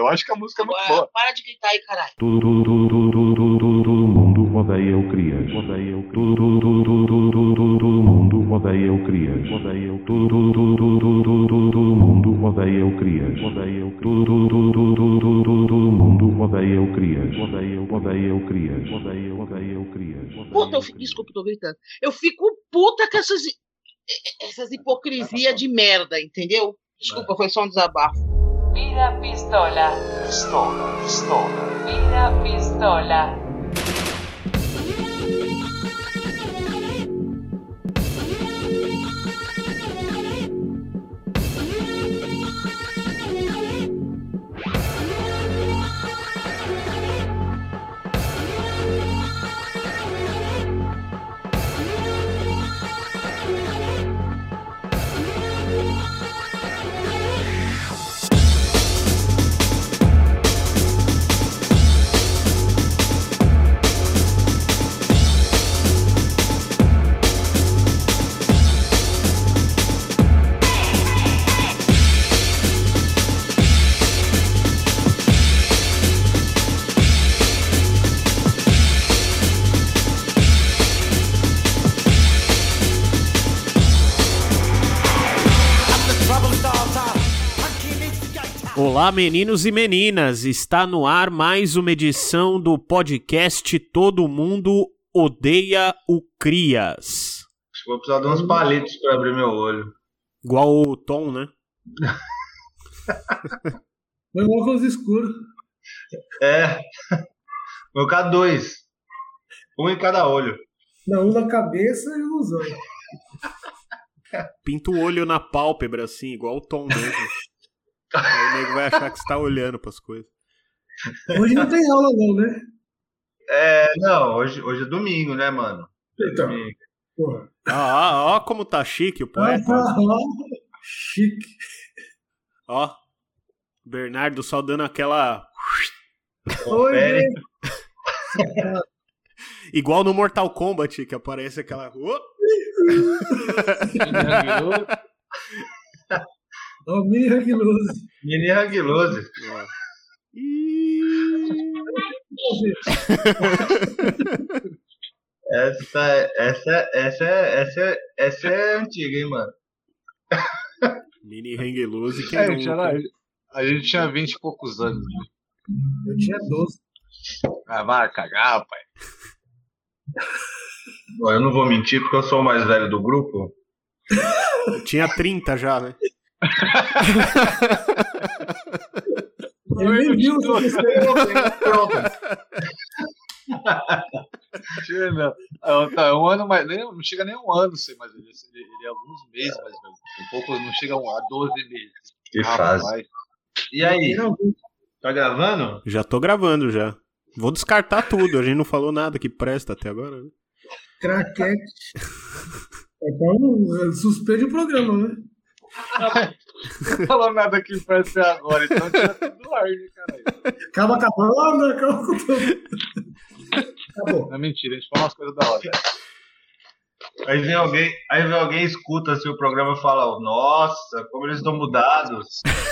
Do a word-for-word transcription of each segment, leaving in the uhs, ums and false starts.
Eu acho que a música é muito Ué, boa. Para de gritar aí, caralho. Todo, todo, todo, todo, todo, todo, todo, todo mundo odeia o Crias. Odeia o todo, todo, todo, todo, todo, todo, todo, todo mundo odeia o Crias. Odeia o todo, todo, todo, todo, todo, todo, todo, todo mundo odeia o Crias. Odeia o todo, todo, todo, todo, todo, todo, todo, todo mundo odeia o Crias. Odeia o odeia o Crias. Odeia odeia o Crias. Puta, eu fico... Desculpa, tô gritando. Eu fico puta com essas, essas hipocrisias de merda, entendeu? Desculpa, foi só um desabafo. Mira pistola. Pistola, pistola. Mira pistola. Olá, meninos e meninas, está no ar mais uma edição do podcast Todo Mundo Odeia o Crias. Acho que vou precisar de uns palitos para abrir meu olho. Igual o Tom, né? Meu óculos escuro. É, vou colocar dois, um em cada olho. Não, um na cabeça e um nos olhos. Pinta o olho na pálpebra, assim, igual o Tom mesmo. Aí o nego vai achar que você tá olhando pras coisas. Hoje não tem aula não, né? É, não, hoje, hoje é domingo, né, mano? É Então, domingo. porra. Ah, ó, ó como tá chique o poeta. Ah, chique. Ó, Bernardo só dando aquela... Oi, Confere. né? Igual no Mortal Kombat, que aparece aquela... Oh! Ó, mini Hangloose. Mini Hangloose. Essa, essa, essa, essa, essa é antiga, hein, mano? Mini Hang Loose, que É, nunca. tinha, a gente tinha vinte e poucos anos, né? Eu tinha doze. Ah, vai cagar, pai. Bom, eu não vou mentir porque eu sou o mais velho do grupo. Eu tinha trinta já, né? Ele nem viu o Pronto. Tinha, não. Ah, tá, um ano mais. Nem, não chega nem um ano sem mais velho. Ele, ele é alguns meses mais velho. Um pouco, não chega a doze meses. Que fase. Rapaz. E aí? Tá gravando? Já tô gravando já. Vou descartar tudo, a gente não falou nada que presta até agora, né? Craquete. Então, suspende o programa, né? Não falou nada que presta até agora, então tira tudo do ar, né, caralho? Acaba acabando, acaba com tudo. Acabou. Não é mentira, a gente fala umas coisas da hora. Aí vem alguém, aí vem alguém escuta assim, o programa e fala: nossa, como eles estão mudados.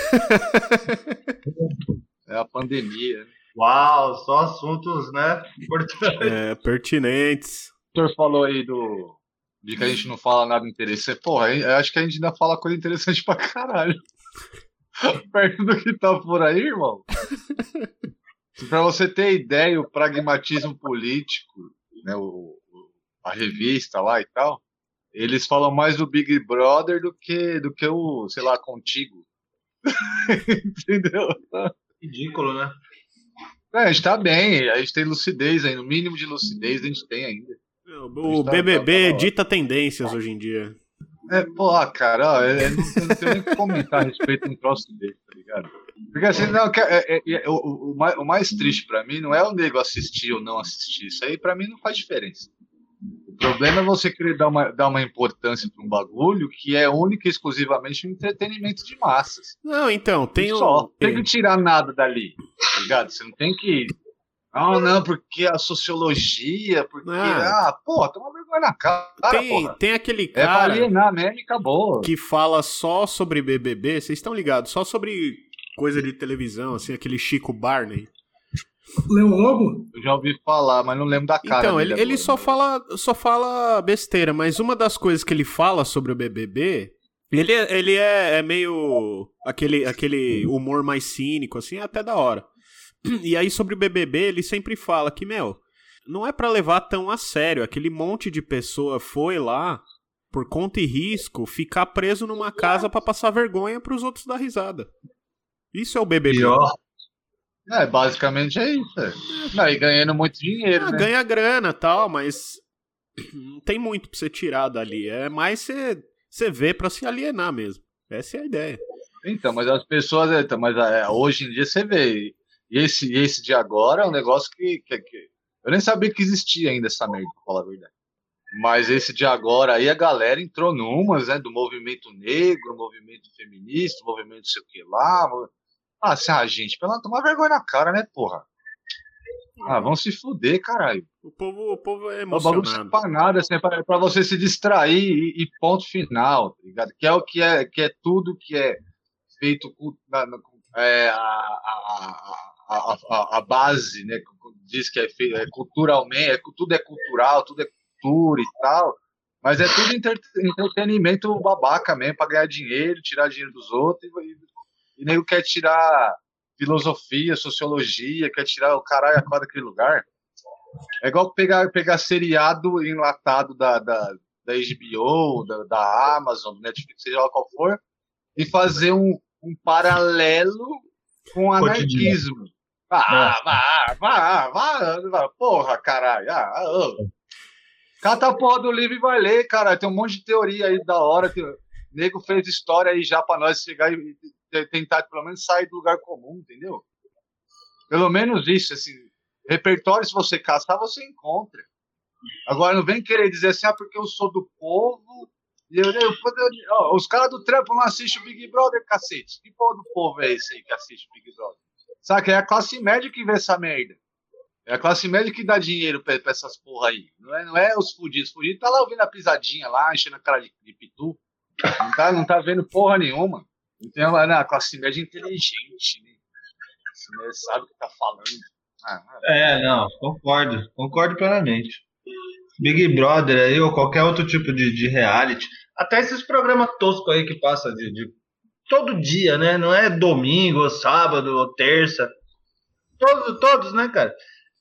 É a pandemia, né? Uau, só assuntos, né, importantes. É, pertinentes. O senhor falou aí do de que a gente não fala nada interessante. Porra, eu acho que a gente ainda fala coisa interessante pra caralho. Perto do que tá por aí, irmão. Pra você ter ideia, o pragmatismo político, né, o, a revista lá e tal, eles falam mais do Big Brother do que, do que o, sei lá, Contigo. Entendeu? Ridículo, né? É, a gente tá bem, a gente tem lucidez aí, no mínimo de lucidez a gente tem ainda. O B B B dita tendências hoje em dia. É, pô, cara, ó, eu, não, eu não tenho nem o que comentar a respeito de um troço desse, tá ligado? Porque assim, não, é, é, é, o, o, mais, o mais triste pra mim não é o nego assistir ou não assistir, isso aí pra mim não faz diferença. O problema é você querer dar uma, dar uma importância pra um bagulho que é único e exclusivamente um entretenimento de massas. Não, então, tem Só, um... tem que tirar nada dali, tá ligado? Você não tem que... Ah, não, porque a sociologia, porque... Ah. Ah, porra, toma vergonha na cara, Tem, porra. tem aquele É pra cara alienar mesmo e acabou. que fala só sobre B B B, vocês estão ligados? Só sobre coisa de televisão, assim, aquele Chico Barney. Leão Lobo? Eu já ouvi falar, mas não lembro da cara. Então, ele, dele ele agora, só, né? fala, só fala besteira, mas uma das coisas que ele fala sobre o B B B, ele, é, ele é, é meio aquele, aquele humor mais cínico, assim, é até da hora. E aí sobre o B B B, ele sempre fala que, meu, não é pra levar tão a sério, aquele monte de pessoa foi lá, por conta e risco, ficar preso numa casa pra passar vergonha pros outros dar risada. Isso é o B B B. Pior. É, basicamente é isso. É. Não, e ganhando muito dinheiro, Ah, né? ganha grana e tal, mas não tem muito pra você tirar dali. É mais você, você vê pra se alienar mesmo. Essa é a ideia. Então, mas as pessoas. Então, mas é, hoje em dia você vê. E esse, esse de agora é um negócio que, que, que. Eu nem sabia que existia ainda essa merda, pra falar a verdade. Mas esse de agora aí a galera entrou numas, né? Do movimento negro, movimento feminista, movimento sei o que lá. Ah, assim, ah, gente, pelo menos tomar vergonha na cara, né, porra? Ah, vão se fuder, caralho. O povo, o povo é O bagulho não serve emocionado. pra nada, assim, é pra, é pra você se distrair e, e ponto final, tá ligado? Que é o que é, que é tudo que é feito com na, na, é, a, a, a, a, a base, né? Diz que é, feito, é culturalmente, é, tudo é cultural, tudo é cultura e tal, mas é tudo entre, entretenimento babaca mesmo, pra ganhar dinheiro, tirar dinheiro dos outros, e, e nego quer tirar filosofia, sociologia, quer tirar o caralho a quadra daquele lugar. É igual pegar, pegar seriado enlatado da, da, da H B O, da, da Amazon, do Netflix, seja lá qual for, e fazer um, um paralelo com o anarquismo. Ah, vá, vá, vá, vá, porra, caralho. Ah, oh. Cata a porra do livro e vai ler, cara. Tem um monte de teoria aí da hora. Que o nego fez história aí já pra nós chegar e tentar pelo menos sair do lugar comum, entendeu? Pelo menos isso, assim. Repertório, se você caçar, você encontra. Agora, não vem querer dizer assim, ah, porque eu sou do povo. E eu, eu, eu, ó, os caras do trampo não assistem o Big Brother, cacete. Que porra do povo é esse aí que assiste o Big Brother? Saca? É a classe média que vê essa merda. É a classe média que dá dinheiro pra, pra essas porra aí. Não é, não é os fudidos. Os fudidos tá lá ouvindo a pisadinha lá, enchendo a cara de, de pitu. Não tá, não tá vendo porra nenhuma. Então, não, a classe média é inteligente, né? Você sabe o que tá falando. Ah, É, não, concordo, concordo plenamente. Big Brother aí, ou qualquer outro tipo de, de reality, até esses programas toscos aí que passa de, de todo dia, né? Não é domingo, ou sábado, ou terça. Todos, todos, né, cara?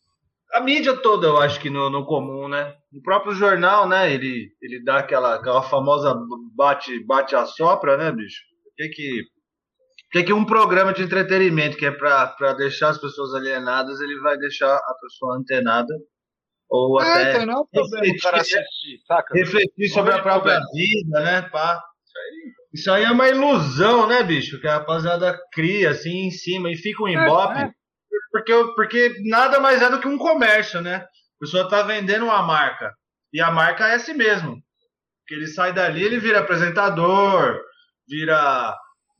A mídia toda, eu acho que no, no comum, né? O próprio jornal, né? Ele, ele dá aquela, aquela famosa bate, bate a sopra, né, bicho? Tem que, tem que um programa de entretenimento que é pra, pra deixar as pessoas alienadas, ele vai deixar a pessoa antenada. Ou é, até então não é um problema o cara assistir, saca? refletir sobre a própria vida, né, pá? Isso aí é uma ilusão, né, bicho? Que a rapaziada cria assim em cima e fica um ibope. É, é. Porque, porque nada mais é do que um comércio, né? A pessoa tá vendendo uma marca. E a marca é assim mesmo. Porque ele sai dali, ele vira apresentador, vira.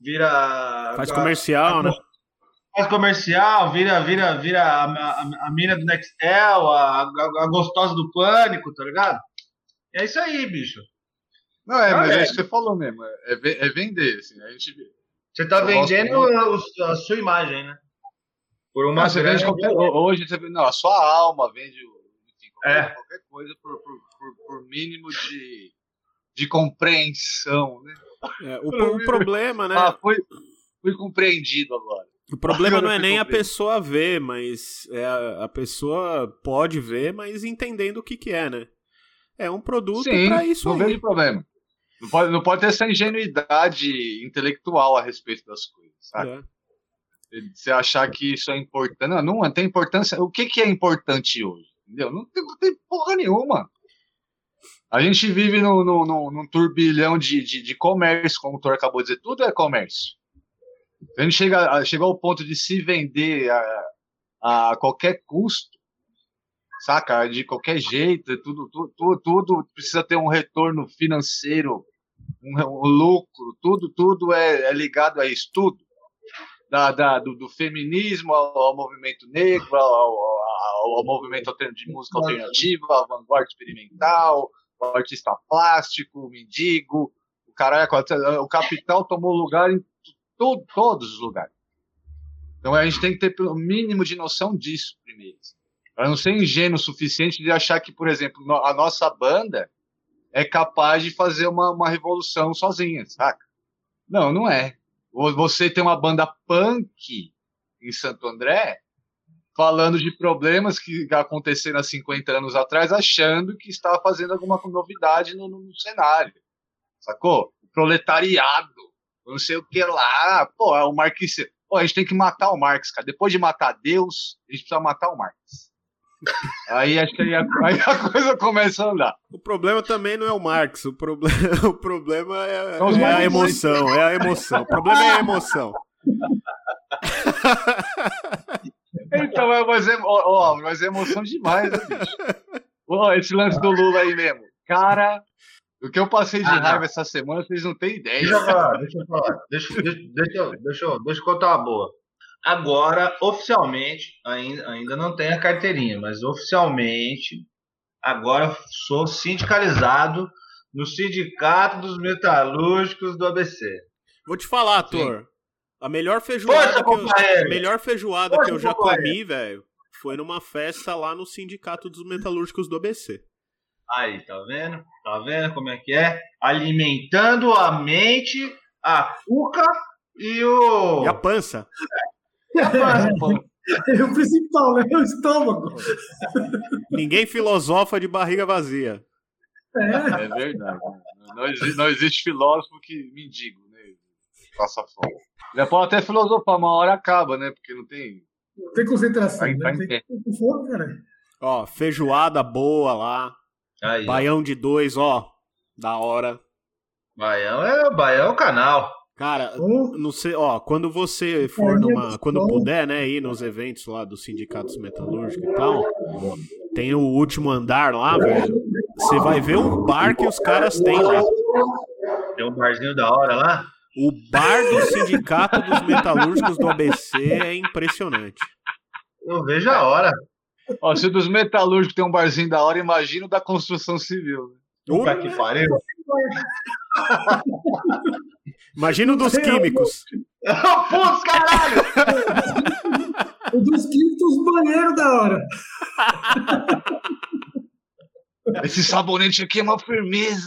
vira Faz comercial, a, né? Faz comercial, vira, vira, vira a, a, a mina do Nextel, a, a, a gostosa do Pânico, tá ligado? É isso aí, bicho. Não, é, Ah, mas é. é. isso que você falou mesmo. É, ve- é vender, assim. A gente Você tá Eu vendendo gosto o- a sua imagem, né? Por uma Não, você grana. vende qualquer, hoje você vende, não, a sua alma vende, enfim, qualquer, É. qualquer coisa por, por, por, por mínimo de, de compreensão, né? É, o, o problema, né? Ah, fui, fui compreendido agora. O problema Agora não é eu nem a fico bem. pessoa ver, mas é a, a pessoa pode ver, mas entendendo o que que é, né? É um produto Sim, pra isso não aí. vejo problema. Não pode, não pode ter essa ingenuidade intelectual a respeito das coisas, sabe? É. Você achar que isso é importante. Não, não tem importância. O que, que é importante hoje? Entendeu? Não tem, não tem porra nenhuma. A gente vive no, no, no, num turbilhão de, de, de comércio, como o Thor acabou de dizer. Tudo é comércio. A gente chega, chega ao ponto de se vender a, a qualquer custo, saca? De qualquer jeito. Tudo, tudo, tudo, tudo precisa ter um retorno financeiro, um, um lucro. Tudo, tudo é, é ligado a isso. Tudo. Da, da, do, do feminismo ao, ao movimento negro, ao, ao, ao movimento alter- de música alternativa, à vanguarda experimental, ao artista plástico, o mendigo, o caralho, o capital tomou lugar em tu, todos os lugares. Então a gente tem que ter pelo mínimo de noção disso primeiro. Para não ser ingênuo o suficiente de achar que, por exemplo, no- a nossa banda é capaz de fazer uma, uma revolução sozinha, saca? Não, não é. Vo- Você tem uma banda punk em Santo André falando de problemas que aconteceram há cinquenta anos atrás, achando que estava fazendo alguma novidade no, no cenário, sacou? O proletariado, não sei o que lá, pô, é o Marx. Pô, a gente tem que matar o Marx, cara. Depois de matar Deus, a gente precisa matar o Marx. Aí acho que aí a, aí a coisa começa a andar. O problema também não é o Marx, o, proble... o problema é, São os é a marxistas. emoção, é a emoção. O problema é a emoção. Então, é- mas é, ó, ó, mas é emoção demais, né, bicho? Ó, esse lance do Lula aí mesmo. Cara, o que eu passei de Ah, não. raiva essa semana, vocês não têm ideia. Deixa eu falar, deixa eu falar. Deixa, deixa, deixa, eu- deixa, eu- deixa eu contar uma boa. Agora, oficialmente, ainda, ainda não tem a carteirinha, mas oficialmente, agora sou sindicalizado no Sindicato dos Metalúrgicos do A B C. Vou te falar, ator. A melhor feijoada Força, que eu, companheiro! a melhor feijoada Força, que eu já companheiro! comi, velho, foi numa festa lá no Sindicato dos Metalúrgicos do A B C. Aí, tá vendo? Tá vendo como é que é? Alimentando a mente, a cuca e o. E a pança? É o principal, né? O estômago. Ninguém filosofa de barriga vazia. É, É verdade. Não existe, não existe filósofo que mendigo, né? Passa fome. Já pode até filosofar, uma hora acaba, né? Porque não tem. não tem concentração, Vai- né? vai Tem ter. que fome, cara. Ó, feijoada boa lá. Aí, ó. Baião de dois, ó. Da hora. Baião é, Baião é o canal. Cara, Hum. não sei, ó, quando você for numa. Quando puder, né, ir nos eventos lá dos sindicatos metalúrgicos e tal, tem o último andar lá, velho. Você vai ver o bar que os caras têm lá. Tem um barzinho da hora lá. O bar do sindicato dos metalúrgicos do A B C é impressionante. Eu vejo a hora. Ó, se o dos metalúrgicos tem um barzinho da hora, imagina o da construção civil. Né? Puta que pariu. Imagina o dos químicos. Putz, caralho! O dos quintos banheiros da hora. Esse sabonete aqui é uma firmeza.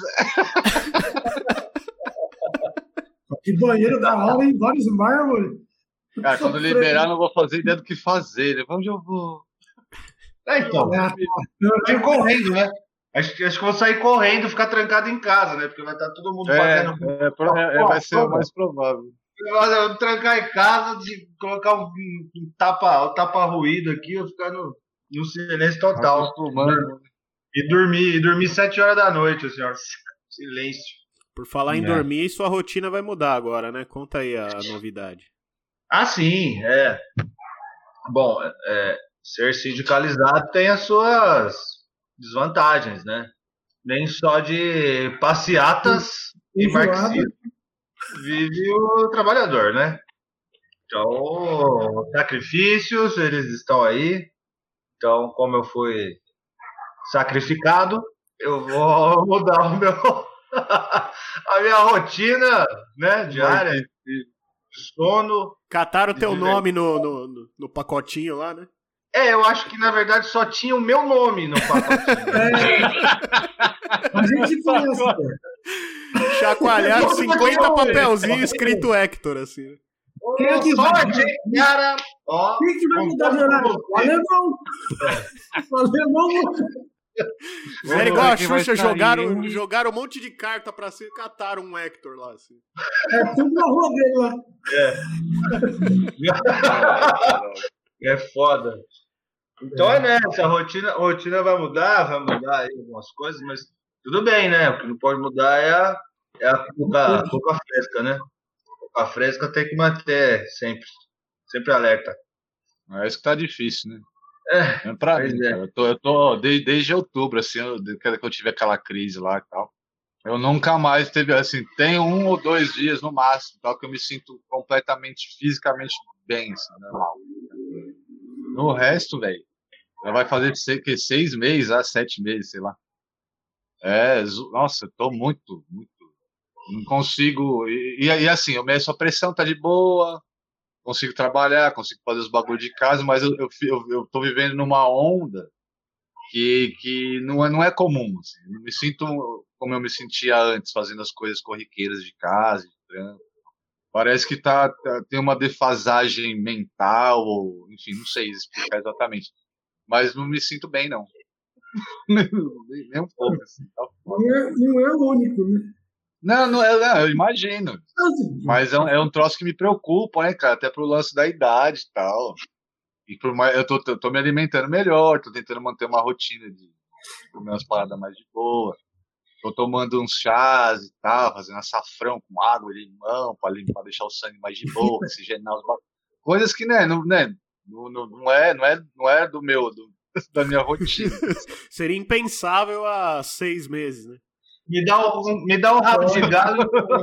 Que banheiro da hora em vários mármores. Cara, quando liberar, não vou fazer ideia do que fazer. Né? Pra onde eu vou? É, então. É, Sair correndo, né? Acho, que- acho que eu vou sair correndo e ficar trancado em casa, né? Porque vai estar todo mundo É, fazendo. é, pro- é, é, vai ser o mais provável. Eu vou trancar em casa, de colocar um, um tapa, um tapa ruído aqui, eu ficar no, no silêncio total. Acostumando. E dormir, e dormir sete horas da noite, assim, ó. Silêncio. Por falar em É. dormir, sua rotina vai mudar agora, né? Conta aí a novidade. Ah, sim, é. Bom, é, ser sindicalizado tem as suas desvantagens, né? Nem só de passeatas e Enjoada. marxismo vive o trabalhador, né? Então, sacrifícios, eles estão aí. Então, como eu fui sacrificado, eu vou mudar o meu a minha rotina, né, diária, de sono. Cataram teu Viver. nome no, no, no- no pacotinho lá, né? É, eu acho que na verdade só tinha o meu nome no pacotinho. A gente conhece, pô. Chacoalharam cinquenta papelzinhos escrito Hector, assim. Quem é que Sorte, vai? hein, cara. Ó, Quem que vai mudar de horário? O alemão. O alemão. Era igual a Quem vai Xuxa, sair? jogaram, jogaram um monte de carta pra cima e cataram um Hector lá, assim. É tudo na rua dele lá. é foda. Então é nessa, a rotina, a rotina vai mudar, vai mudar aí algumas coisas, mas tudo bem, né? O que não pode mudar é a, é a cuca, a cuca fresca, né? A fresca tem que manter sempre, sempre alerta. É isso que tá difícil, né? É, É pra Pois mim, é. cara. Eu tô, eu tô desde, desde outubro, assim, eu, desde que eu tive aquela crise lá e tal. Eu nunca mais teve, assim, tem um ou dois dias no máximo, tal, que eu me sinto completamente, fisicamente bem, assim, normal. No resto, velho, já vai fazer sei, que, seis meses, ah, sete meses, sei lá. É, zo- nossa, eu tô muito, muito. Não consigo. E, e, e assim, a minha sua pressão tá de boa, consigo trabalhar, consigo fazer os bagulhos de casa, mas eu, eu, eu, eu tô vivendo numa onda que, que não, é, não é comum. Assim. Eu não me sinto como eu me sentia antes, fazendo as coisas corriqueiras de casa, de trampo. Parece que tá, tá, tem uma defasagem mental, ou, enfim, não sei explicar exatamente. Mas não me sinto bem, não. nem, nem um pouco, assim. Tá Não é, não é o único, né? Não, não é, não, eu imagino. Mas é um, é um troço que me preocupa, né, cara? Até pro lance da idade e tal. E por mais, eu tô, tô, tô me alimentando melhor, tô tentando manter uma rotina de comer umas paradas mais de boa. Tô tomando uns chás e tal, fazendo açafrão com água e limão pra, pra deixar o sangue mais de boa, oxigenar os bagulhos. Coisas que, né, não, né, não, não, é, não, é, não é do meu, do, da minha rotina. Seria impensável há seis meses, né? Me dá um, me dá um rabo de galo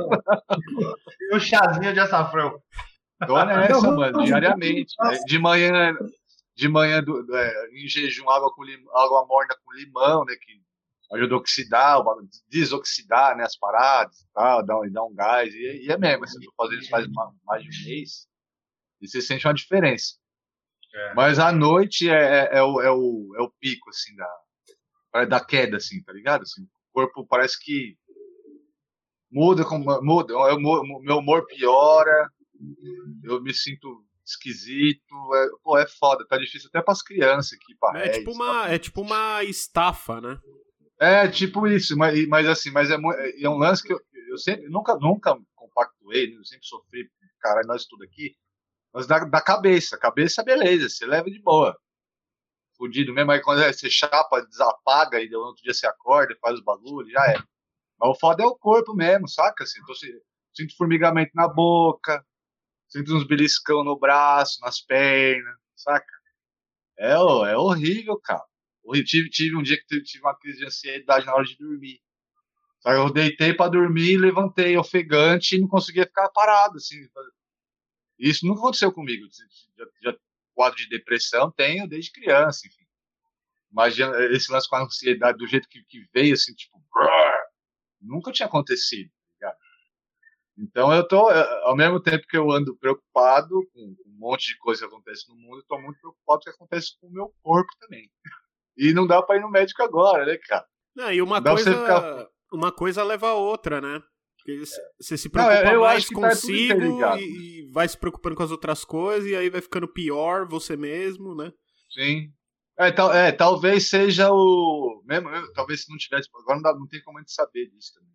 e um chazinho de açafrão. Tô nessa, mano, diariamente. De manhã, de manhã do, é, em jejum, água, com lim, água morna com limão, né, que ajuda a oxidar, desoxidar, né, as paradas e tal, dá, dá um gás. E, e é mesmo, assim, eu tô fazendo isso faz mais de um mês e você sente uma diferença. É. Mas à noite é, é, é, o, é, o, é o pico, assim, da, da queda, assim, tá ligado? Assim, o corpo parece que muda, muda, o meu humor piora, eu me sinto esquisito, é, pô, é foda, tá difícil até pras crianças aqui, pra é, tipo uma, é tipo uma estafa, né? É, tipo isso, mas, mas assim, mas é, é um lance que eu, eu sempre, nunca, nunca compactuei, eu sempre sofri, caralho, nós tudo aqui, mas da, da cabeça, cabeça, beleza, você leva de boa. Fudido mesmo, aí quando você chapa, desapaga, e no outro dia você acorda, faz os bagulhos, já é. Mas o foda é o corpo mesmo, saca? Assim, então, sinto formigamento na boca, sinto uns beliscão no braço, nas pernas, saca? É, é horrível, cara. Eu tive, tive um dia que tive uma crise de ansiedade na hora de dormir. Sabe? Eu deitei pra dormir, levantei ofegante e não conseguia ficar parado, assim. Isso nunca aconteceu comigo. Já, já quadro de depressão tenho desde criança, enfim. Mas já, esse lance com a ansiedade do jeito que, que veio, assim, tipo, brrr, nunca tinha acontecido, tá ligado? Então eu tô, ao mesmo tempo que eu ando preocupado com um monte de coisa que acontece no mundo, eu tô muito preocupado com o que acontece com o meu corpo também. E não dá pra ir no médico agora, né, cara? Não, e uma coisa, ficar... uma coisa leva a outra, né? Você se preocupa não, mais consigo tá e, e vai se preocupando com as outras coisas e aí vai ficando pior você mesmo, né? Sim. É, tal, é talvez seja o... Mesmo, talvez se não tivesse... Agora não, dá, não tem como a gente saber disso também.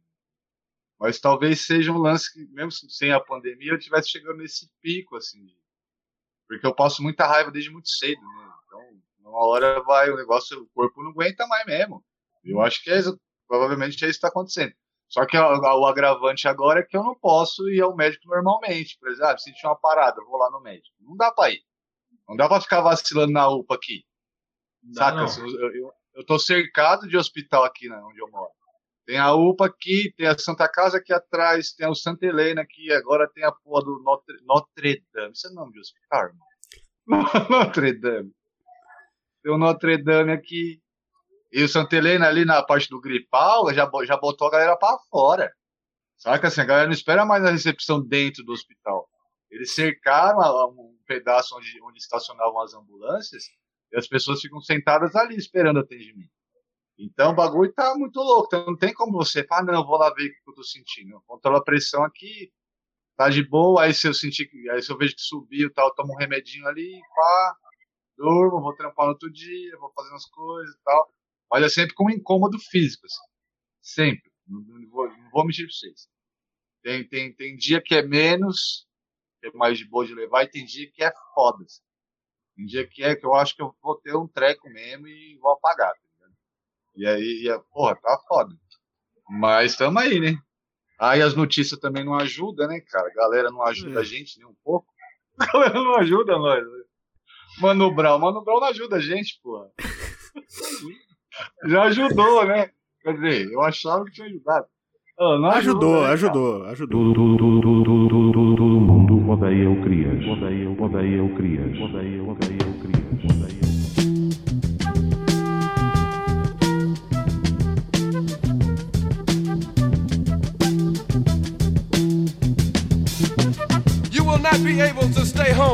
Mas talvez seja um lance que, mesmo sem a pandemia, eu estivesse chegando nesse pico, assim. Porque eu passo muita raiva desde muito cedo, né? Então, uma hora vai o negócio, o corpo não aguenta mais mesmo. Eu acho que é, provavelmente é isso que está acontecendo. Só que o agravante agora é que eu não posso ir ao médico normalmente. Por exemplo, ah, se tiver uma parada, eu vou lá no médico. Não dá pra ir. Não dá pra ficar vacilando na U P A aqui. Não, saca? Não. Eu, eu, eu tô cercado de hospital aqui, né, onde eu moro. Tem a U P A aqui, tem a Santa Casa aqui atrás, tem o Santa Helena aqui, agora tem a porra do Notre, Notre Dame. Isso é nome de hospital, irmão? Notre Dame. Tem o Notre Dame aqui. E o Santa Helena ali na parte do gripal já, já botou a galera pra fora. Saca assim, a galera não espera mais a recepção dentro do hospital. Eles cercaram um pedaço onde, onde estacionavam as ambulâncias e as pessoas ficam sentadas ali esperando atendimento. Então o bagulho tá muito louco. Então não tem como você falar, ah, não, vou lá ver o que eu tô sentindo. Eu controlo a pressão aqui, tá de boa, aí se eu sentir, aí se eu vejo que subiu, tal, eu tomo um remedinho ali, pá, durmo, vou trampar no outro dia, vou fazendo as coisas e tal. Mas é sempre com um incômodo físico, assim. Sempre. Não, não, vou, não vou mentir pra vocês. Tem, tem, tem dia que é menos, que é mais de boa de levar, e tem dia que é foda. Assim. Tem dia que é que eu acho que eu vou ter um treco mesmo e vou apagar, tá ligado? E aí, e, porra, tá foda. Mas tamo aí, né? Aí as notícias também não ajudam, né, cara? A galera não ajuda a gente nem um pouco. A galera não ajuda nós. Né? Mano Brown, Mano Brown não ajuda a gente, porra. Já ajudou, né? Quer dizer, eu achava que tinha ajudado. Oh, não ajudou, ajudou, né, ajudou, ajudou. Todo, todo, todo, todo, todo, todo, todo mundo odeia o Crias. Odeia, odeia o Crias. Odeia, odeia o Crias. Odeia. You will not be able to stay home.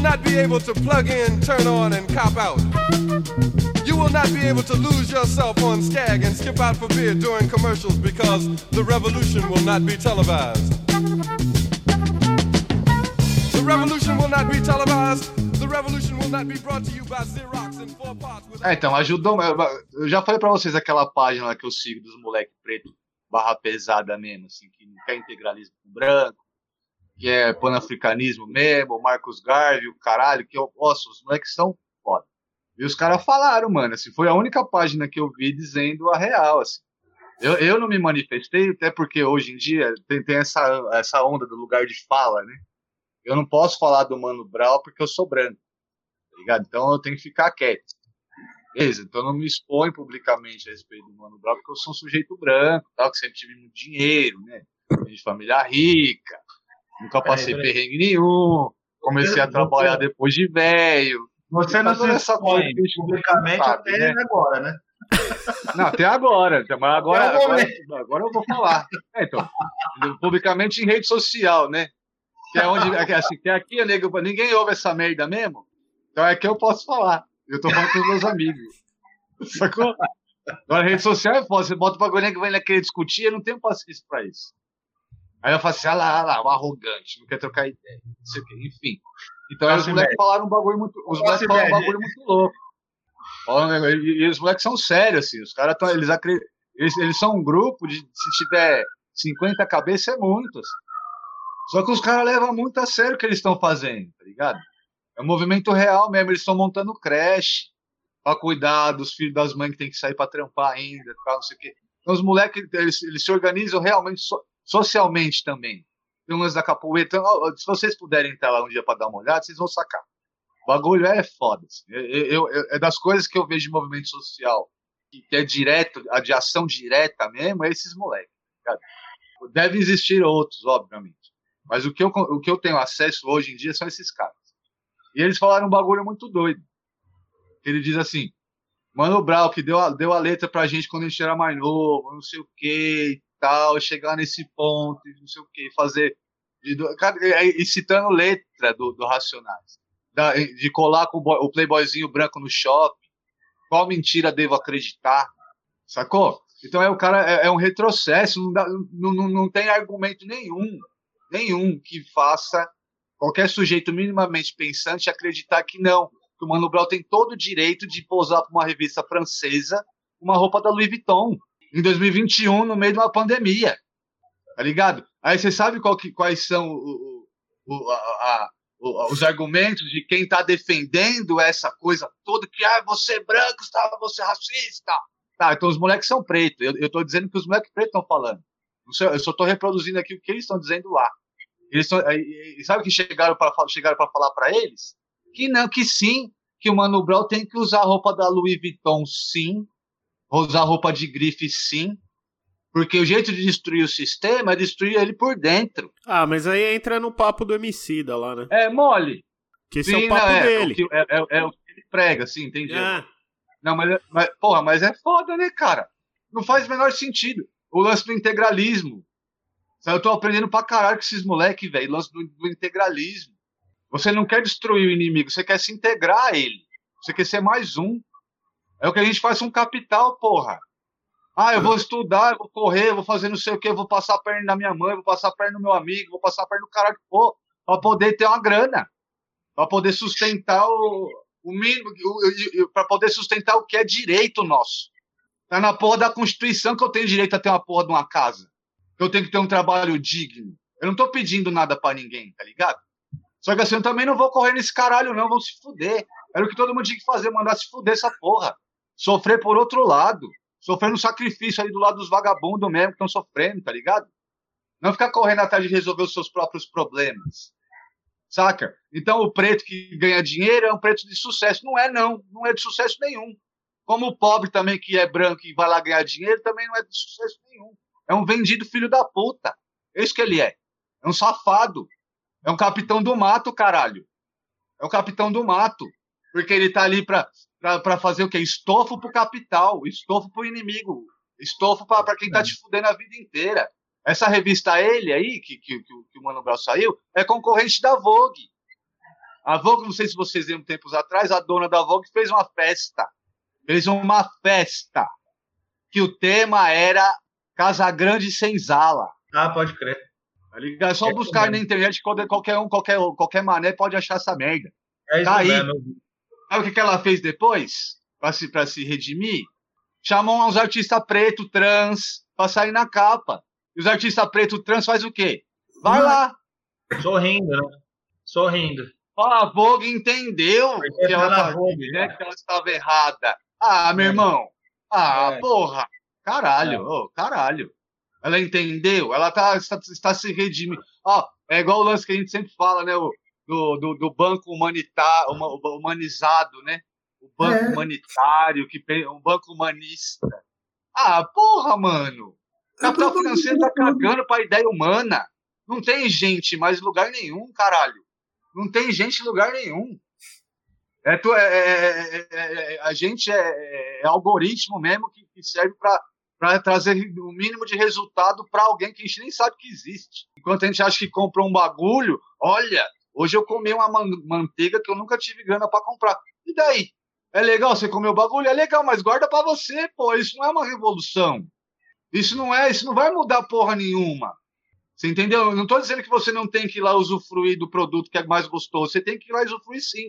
not be able to plug in, turn on, and cop out. You will not be able to lose yourself on Skag and skip out for beer during commercials because the revolution will not be televised. The revolution will not be televised. The revolution will not be brought to you by Xerox in four parts. É, então, ajudou. Eu já falei pra vocês aquela página lá que eu sigo dos moleque preto barra pesada mesmo, assim, que não quer integralismo com branco, que é panafricanismo mesmo, Marcos Garvey, o caralho, que eu, nossa, os moleques são foda. E os caras falaram, mano, assim, foi a única página que eu vi dizendo a real, assim. Eu, eu não me manifestei, até porque hoje em dia tem, tem essa, essa onda do lugar de fala, né? Eu não posso falar do Mano Brown porque eu sou branco, tá ligado? Então eu tenho que ficar quieto. Beleza, então eu não me exponho publicamente a respeito do Mano Brown porque eu sou um sujeito branco, tal, que sempre tive muito dinheiro, né? De família rica, nunca passei Peraí, peraí. perrengue nenhum, comecei a trabalhar depois de velho. Você não se essa coisa expõe que a gente publicamente sabe, até né? agora, né? Não, até agora, mas agora, Até o agora, momento. agora eu vou falar. É, então, publicamente em rede social, né? Que é onde, é, assim, que aqui, nego, ninguém ouve essa merda mesmo, então é que eu posso falar. Eu tô falando com os meus amigos. Sacou? Agora, rede social é foda. Você bota o bagulho que vai querer discutir, eu não tenho paciência pra isso. Aí eu falo assim, ah lá, ah lá, um arrogante, não quer trocar ideia, não sei o quê, enfim. Então aí os moleques falaram um bagulho muito. Os moleques falaram um bagulho muito louco. Falaram, E, e os moleques são sérios, assim. Os caras tão. Eles, acreditam, eles, eles são um grupo de. Se tiver cinquenta cabeças, é muito. Assim. Só que os caras levam muito a sério o que eles estão fazendo, tá ligado? É um movimento real mesmo. Eles estão montando creche pra cuidar dos filhos das mães que tem que sair pra trampar ainda, pra não sei o quê. Então os moleques, eles, eles se organizam realmente so, socialmente também. Tem um lance da capoeira. Então, se vocês puderem entrar lá um dia pra dar uma olhada, vocês vão sacar. O bagulho é foda. Assim. Eu, eu, é das coisas que eu vejo de movimento social que é direto, a de ação direta mesmo, é esses moleques. Tá? Deve existir outros, obviamente. Mas o que, eu, o que eu tenho acesso hoje em dia são esses caras. E eles falaram um bagulho muito doido. Ele diz assim, Mano Brown, que deu a, deu a letra pra gente quando a gente era mais novo, não sei o que e tal, chegar nesse ponto, não sei o que, fazer... E, e citando letra do, do Racionais. Da, de colar com o, boy, o playboyzinho branco no shopping. Qual mentira devo acreditar? Sacou? Então é, o cara, é, é um retrocesso, não, dá, não, não, não tem argumento nenhum, nenhum que faça qualquer sujeito minimamente pensante acreditar que não, que o Mano Brown tem todo o direito de posar para uma revista francesa uma roupa da Louis Vuitton em dois mil e vinte e um, no meio de uma pandemia. Tá ligado? Aí você sabe qual que, quais são o, o, a, a, o, os argumentos de quem tá defendendo essa coisa toda, que ah, você é branco, você é racista. Tá, então os moleques são pretos. Eu, eu tô dizendo que os moleques pretos estão falando. Eu só tô reproduzindo aqui o que eles estão dizendo lá. Eles tão, e sabe o que chegaram para chegaram para falar para eles? Que não, que sim, que o Mano Brown tem que usar a roupa da Louis Vuitton, sim. Usar roupa de grife, sim. Porque o jeito de destruir o sistema é destruir ele por dentro. Ah, mas aí entra no papo do Emicida lá, né? É mole. Que esse sim, é o papo não, é, dele. O que, é, é, é o que ele prega, assim, entendi. É. Não, mas, mas, porra, mas é foda, né, cara? Não faz o menor sentido. O lance do integralismo. Eu tô aprendendo pra caralho com esses moleques, velho. O lance do, do integralismo. Você não quer destruir o inimigo, você quer se integrar a ele. Você quer ser mais um. É o que a gente faz com capital, porra. Ah, eu vou estudar, eu vou correr, eu vou fazer não sei o que, eu vou passar a perna na minha mãe, eu vou passar a perna no meu amigo, vou passar a perna no caralho que for, pra poder ter uma grana. Pra poder sustentar o, o mínimo, pra poder sustentar o que é direito nosso. Tá na porra da Constituição que eu tenho direito a ter uma porra de uma casa. Que eu tenho que ter um trabalho digno. Eu não tô pedindo nada pra ninguém, tá ligado? Só que assim, eu também não vou correr nesse caralho não, vão se fuder. Era o que todo mundo tinha que fazer, mandar se fuder essa porra. Sofrer por outro lado. Sofrendo um sacrifício ali do lado dos vagabundos mesmo que estão sofrendo, tá ligado? Não ficar correndo atrás de resolver os seus próprios problemas. Saca? Então o preto que ganha dinheiro é um preto de sucesso. Não é não, não é de sucesso nenhum. Como o pobre também que é branco e vai lá ganhar dinheiro também não é de sucesso nenhum. É um vendido filho da puta. É isso que ele é. É um safado. É um capitão do mato, caralho. É um capitão do mato. Porque ele tá ali pra, pra, pra fazer o quê? Estofo pro capital, estofo pro inimigo, estofo pra, pra quem tá te fudendo a vida inteira. Essa revista Ele aí, que, que, que, que o Mano Brown saiu, é concorrente da Vogue. A Vogue, não sei se vocês lembram tempos atrás, a dona da Vogue fez uma festa. Fez uma festa. Que o tema era Casagrande Senzala. Ah, pode crer. Tá ligado? É só É buscar isso na internet, qualquer um, qualquer, qualquer mané pode achar essa merda. É isso Tá aí. mesmo. Sabe o que, que ela fez depois? Pra se, pra se redimir? Chamou uns artistas preto, trans, pra sair na capa. E os artistas preto, trans faz o quê? Vai lá. Sorrindo, né? Sorrindo. A Vogue entendeu Porque que ela, tá na tá, Vogue, né, né? que ela estava errada. Ah, meu É. irmão. Ah, É. porra. Caralho, É. ô, caralho. Ela entendeu, ela tá, está, está se redimindo. Ó, é igual o lance que a gente sempre fala, né? O, do, do, do banco humanitário, humanizado, né? O banco É. humanitário, que tem um banco humanista. Ah, porra, mano. O capital financeiro tá cagando pra ideia humana. Não tem gente mais em lugar nenhum, caralho. Não tem gente em lugar nenhum. É, tu- é- é- é- é- a gente é, é algoritmo mesmo que, que serve pra para trazer o mínimo de resultado para alguém que a gente nem sabe que existe. Enquanto a gente acha que comprou um bagulho, olha, hoje eu comi uma man- manteiga que eu nunca tive grana para comprar. E daí? É legal você comer o bagulho? É legal, mas guarda para você, pô. Isso não é uma revolução. Isso não é, isso não vai mudar porra nenhuma. Você entendeu? Eu não tô dizendo que você não tem que ir lá usufruir do produto que é mais gostoso. Você tem que ir lá usufruir sim.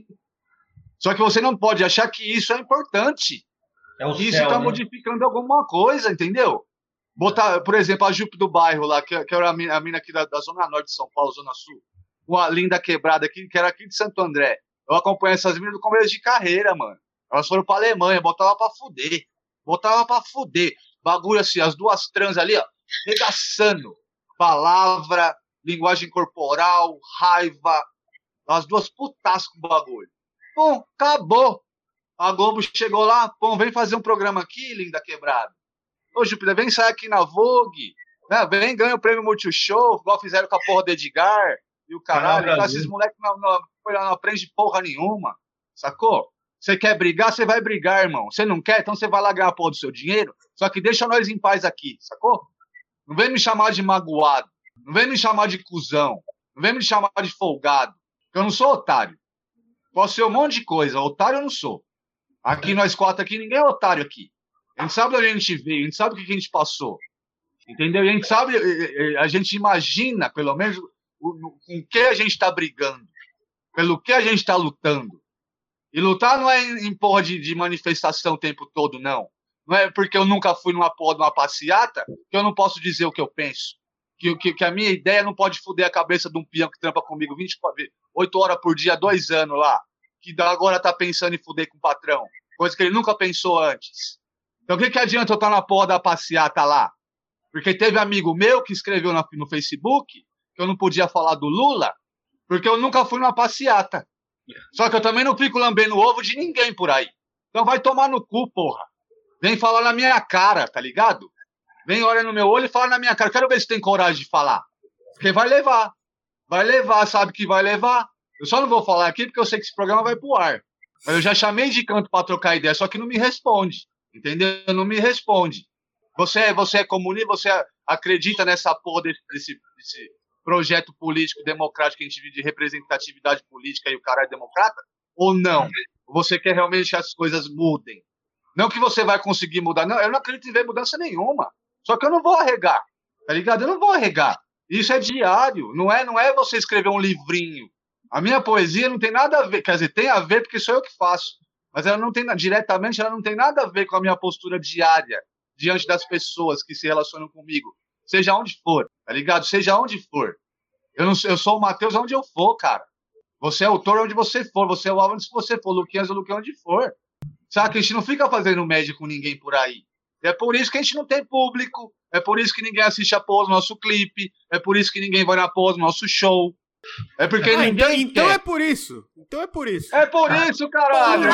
Só que você não pode achar que isso é importante. É o Isso céu, está né? modificando alguma coisa, entendeu? Botar, por exemplo, a Jupe do bairro lá, que, que era a mina, a mina aqui da, da Zona Norte de São Paulo, Zona Sul, uma linda quebrada aqui, que era aqui de Santo André. Eu acompanho essas minas do começo de carreira, mano. Elas foram pra Alemanha, botava pra fuder. Botava pra fuder. Bagulho assim, as duas trans ali, ó, regaçando. Palavra, linguagem corporal, raiva. As duas putaças com o bagulho. Bom, acabou. A Globo chegou lá, pô, vem fazer um programa aqui, linda quebrada. Ô, Júpiter, vem sair aqui na Vogue, né? Vem, ganha o prêmio Multishow, igual fizeram com a porra do Edgar e o caralho. Canal Então, Brasil. esses moleques não, não, não aprendem porra nenhuma, sacou? Você quer brigar, você vai brigar, irmão. Você não quer, então você vai lá ganhar a porra do seu dinheiro, só que deixa nós em paz aqui, sacou? Não vem me chamar de magoado, não vem me chamar de cuzão, não vem me chamar de folgado, porque eu não sou otário. Posso ser um monte de coisa, otário eu não sou. Aqui nós quatro aqui, ninguém é otário aqui. A gente sabe de onde a gente veio, a gente sabe o que a gente passou. Entendeu? E a gente sabe, a gente imagina, pelo menos, com o que a gente está brigando, pelo que a gente está lutando. E lutar não é em porra de, de manifestação o tempo todo, não. Não é porque eu nunca fui numa porra de uma passeata que eu não posso dizer o que eu penso. Que, que, que a minha ideia não pode foder a cabeça de um peão que trampa comigo vinte e quatro, oito horas por dia, dois anos lá. Que agora tá pensando em fuder com o patrão. Coisa que ele nunca pensou antes. Então o que, que adianta eu estar na porra da passeata lá? Porque teve amigo meu que escreveu na, no Facebook que eu não podia falar do Lula porque eu nunca fui numa passeata. Só que eu também não fico lambendo o ovo de ninguém por aí. Então vai tomar no cu, porra. Vem falar na minha cara, tá ligado? Vem olhar no meu olho e fala na minha cara. Quero ver se tem coragem de falar. Porque vai levar. Vai levar, sabe que vai levar. Eu só não vou falar aqui porque eu sei que esse programa vai pro ar. Mas eu já chamei de canto pra trocar ideia, só que não me responde. Entendeu? Não me responde. Você, você é comunista, você acredita nessa porra desse, desse, desse projeto político democrático que a gente vive de representatividade política e o cara é democrata? Ou não? Você quer realmente que as coisas mudem? Não que você vai conseguir mudar. Não, eu não acredito em ver mudança nenhuma. Só que eu não vou arregar. Tá ligado? Eu não vou arregar. Isso é diário. Não é, não é você escrever um livrinho. A minha poesia não tem nada a ver, quer dizer, tem a ver porque sou eu que faço, mas ela não tem, diretamente, ela não tem nada a ver com a minha postura diária diante das pessoas que se relacionam comigo, seja onde for, tá ligado? Seja onde for. Eu, não, eu sou o Matheus onde eu for, cara. Você é autor onde você for, você é o Álvaro onde você for, o Luquinhas é o Luquinhas onde for. Sabe, a gente não fica fazendo média com ninguém por aí. É por isso que a gente não tem público, é por isso que ninguém assiste a porra do nosso clipe, é por isso que ninguém vai na porra do nosso show. É porque Ah, então, ninguém então quer. é por isso. Então é por isso. É por isso, caralho.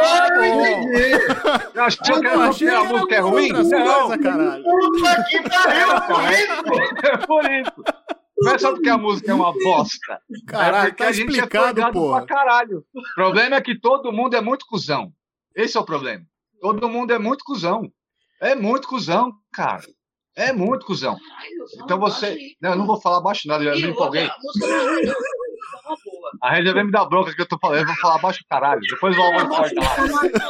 Ah, Achou que eu achei a que era música é por ruim? outras Não, coisas, caralho. Puta que pariu! é por isso. Não é só porque a música é uma bosta. Caralho, é porque tá a gente explicado, é folgado porra. pra caralho. O problema é que todo mundo é muito cuzão. Esse é o problema. Todo mundo é muito cuzão. É muito cuzão, cara. É muito cuzão. Ai, eu só Então não você... gosto de- Não, eu não vou falar baixo nada, eu Ih, me eu vou- empolguei. a música não é ruim, não. Tá uma boa. A Regia vem me dar bronca que eu tô falando. Eu vou falar baixo caralho. Depois o Álvaro corta lá.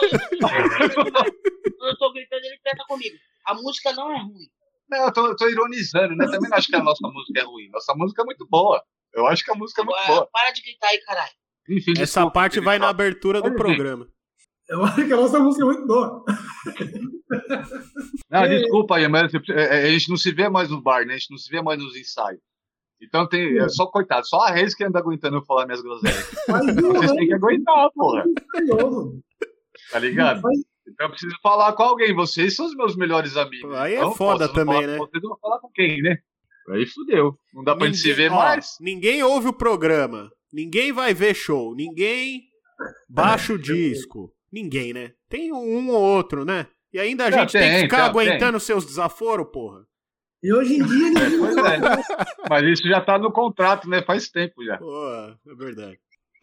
Eu tô gritando, ele treta comigo. A música não é ruim. Não, eu tô, eu tô ironizando, né? Também não acho que a nossa música é ruim. Nossa música é muito boa. Eu acho que a música é muito Agora, boa. para de gritar aí, caralho. Enfim, Essa desculpa, parte vai Felipe. na abertura do Pode vir. programa. Eu acho que a nossa música é muito boa. Não, desculpa aí, mas a gente não se vê mais no bar, né? A gente não se vê mais nos ensaios. Então tem. É só, coitado, só a Reis que anda aguentando eu falar minhas groselhas. Mas Vocês têm que aguentar, porra. maravilhoso. Tá ligado? Então eu preciso falar com alguém. Vocês são os meus melhores amigos. Aí é Então, foda posso não também, falar né? com vocês, eu vou falar com quem, né? Aí fudeu. Não dá pra gente se ver ó, mais. Ninguém ouve o programa. Ninguém vai ver show. Ninguém baixa o disco. Ninguém, né? Tem um ou outro, né? E ainda a Não, gente tem, tem, que ficar tem, aguentando seus desaforos, porra. E hoje em dia ninguém Pois é. Mas isso já tá no contrato, né? Faz tempo já. Pô, é verdade.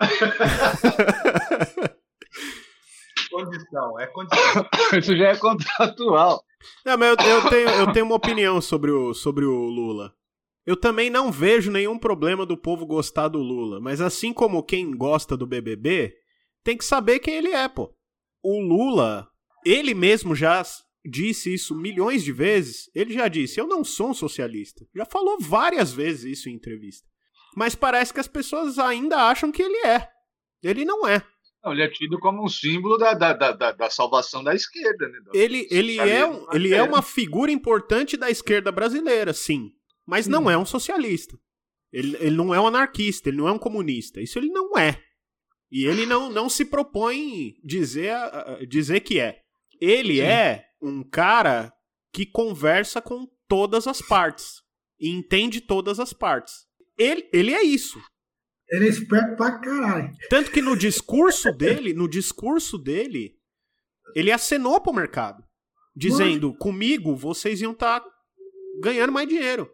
Condição, é condição. Isso já é contratual. Não, mas eu, eu, tenho, eu tenho uma opinião sobre o, sobre o Lula. Eu também não vejo nenhum problema do povo gostar do Lula. Mas assim como quem gosta do B B B, tem que saber quem ele é, pô. O Lula, ele mesmo já disse isso milhões de vezes. Ele já disse, eu não sou um socialista. Já falou várias vezes isso em entrevista. Mas parece que as pessoas ainda acham que ele é. Ele não é. Não, ele é tido como um símbolo da, da, da, da, da salvação da esquerda, né? Do Ele, ele, é, um, socialismo ele é brasileiro. uma figura importante da esquerda brasileira, sim. Mas não é um socialista. Ele, ele não é um anarquista, ele não é um comunista. Isso ele não é. E ele não, não se propõe dizer, a- a- dizer que é. Ele Sim. é um cara que conversa com todas as partes. E entende todas as partes. Ele, ele é isso. Ele é esperto pra caralho. Tanto que no discurso dele, no discurso dele, ele acenou pro mercado. Dizendo, comigo vocês iam estar ganhando mais dinheiro.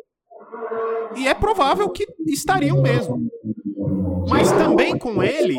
E é provável que estariam mesmo. Mas também com ele,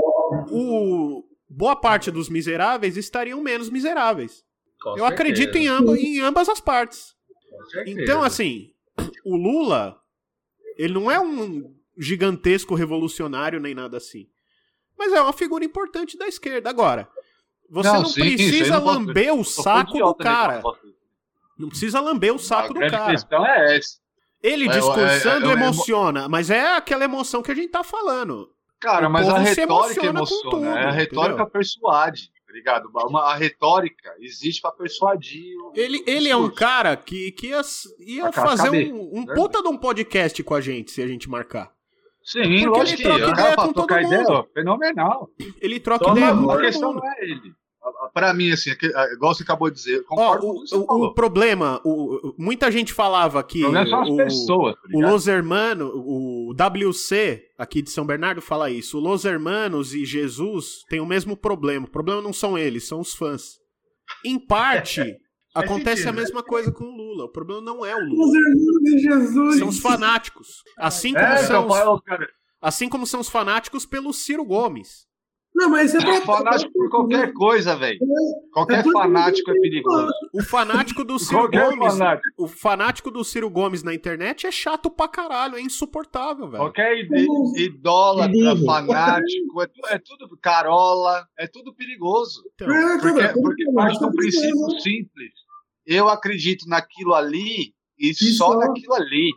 o, boa parte dos miseráveis estariam menos miseráveis. Com Eu certeza, acredito em, amba, em ambas as partes. com certeza. Então, assim, o Lula, ele não é um gigantesco revolucionário nem nada assim. Mas é uma figura importante da esquerda. Agora, você não, Não, sim, isso aí precisa não posso- lamber o Eu sou saco do idiota, né, cara. que eu posso- Não precisa lamber o saco A do grande cara. questão é essa. Ele É, discursando é, é, é, é, emociona, mas é aquela emoção que a gente tá falando. Cara, O mas a povo se retórica emociona com emociona. tudo, é a retórica entendeu? persuade, tá ligado? Uma, a retórica existe pra persuadir. o- Ele, o ele é um discurso. cara que, que ia, ia A ca- fazer caber, um, um né? puta de um podcast com a gente, se a gente marcar. Sim, Porque lógico ele que troca o ideia cara com pra todo trocar ideia, mundo. ó, fenomenal. Ele troca Só ideia uma- com a todo questão mundo. não é ele. A- a- Pra mim, assim, aquele- a- igual você acabou de dizer, eu Ó, concordo o, com o que você o- falou. o problema, o, o- muita gente falava que O problema são as o, pessoas, tá o ligado? Los Hermanos, o W C aqui de São Bernardo fala isso. O Los Hermanos e Jesus têm o mesmo problema. O problema não são eles, são os fãs. Em parte, acontece sentido, a mesma coisa com o Lula. O problema não é o Os Lula. irmãos de Jesus. São os fanáticos. Assim como, É, são, então, os, fala, cara, assim como são os fanáticos pelo Ciro Gomes. Não, mas você é fanático por qualquer coisa, velho. Qualquer fanático é perigoso. O fanático do Ciro Qualquer Gomes. fanático. O fanático do Ciro Gomes na internet é chato pra caralho, é insuportável, velho. Qualquer ide- idólatra, fanático, é, tu- é tudo carola, é tudo perigoso. Então, É, Porque, tudo- porque tudo- parte de um tudo princípio perigoso. simples. Eu acredito naquilo ali e E só só. naquilo ali.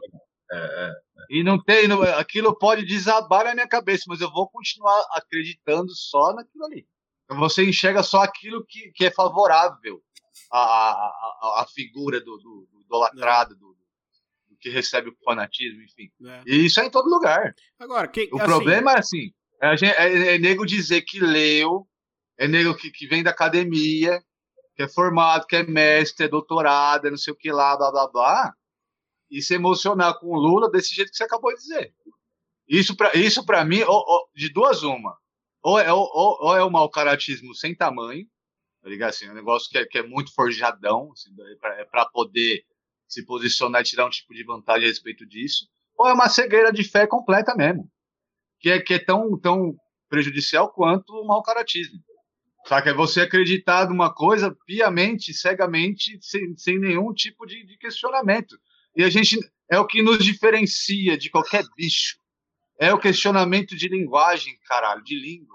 E não tem. não- aquilo pode desabar na minha cabeça, mas eu vou continuar acreditando só naquilo ali. Então você enxerga só aquilo que, que é favorável à, à, à, à figura do, do, do idolatrado, do, do que recebe o fanatismo, enfim. né? E isso é em todo lugar. Agora, que, O assim, problema é assim: é, a gente- é, é nego dizer que leu, é nego que, que vem da academia, que é formado, que é mestre, é doutorado, é não sei o que lá, blá blá blá, e se emocionar com o Lula desse jeito que você acabou de dizer. Isso pra, isso pra mim, ou- ou- de duas uma. Ou é, ou, ou é o mau caratismo sem tamanho, tá ligado? Assim, é um negócio que é, que é muito forjadão, assim, é pra, é pra poder se posicionar e tirar um tipo de vantagem a respeito disso, ou é uma cegueira de fé completa mesmo, que é, que é tão, tão prejudicial quanto o mau caratismo. Saca? É você acreditar numa coisa piamente, cegamente, sem, sem nenhum tipo de, de questionamento. E a gente, é o que nos diferencia de qualquer bicho. É o questionamento de linguagem, caralho, de língua.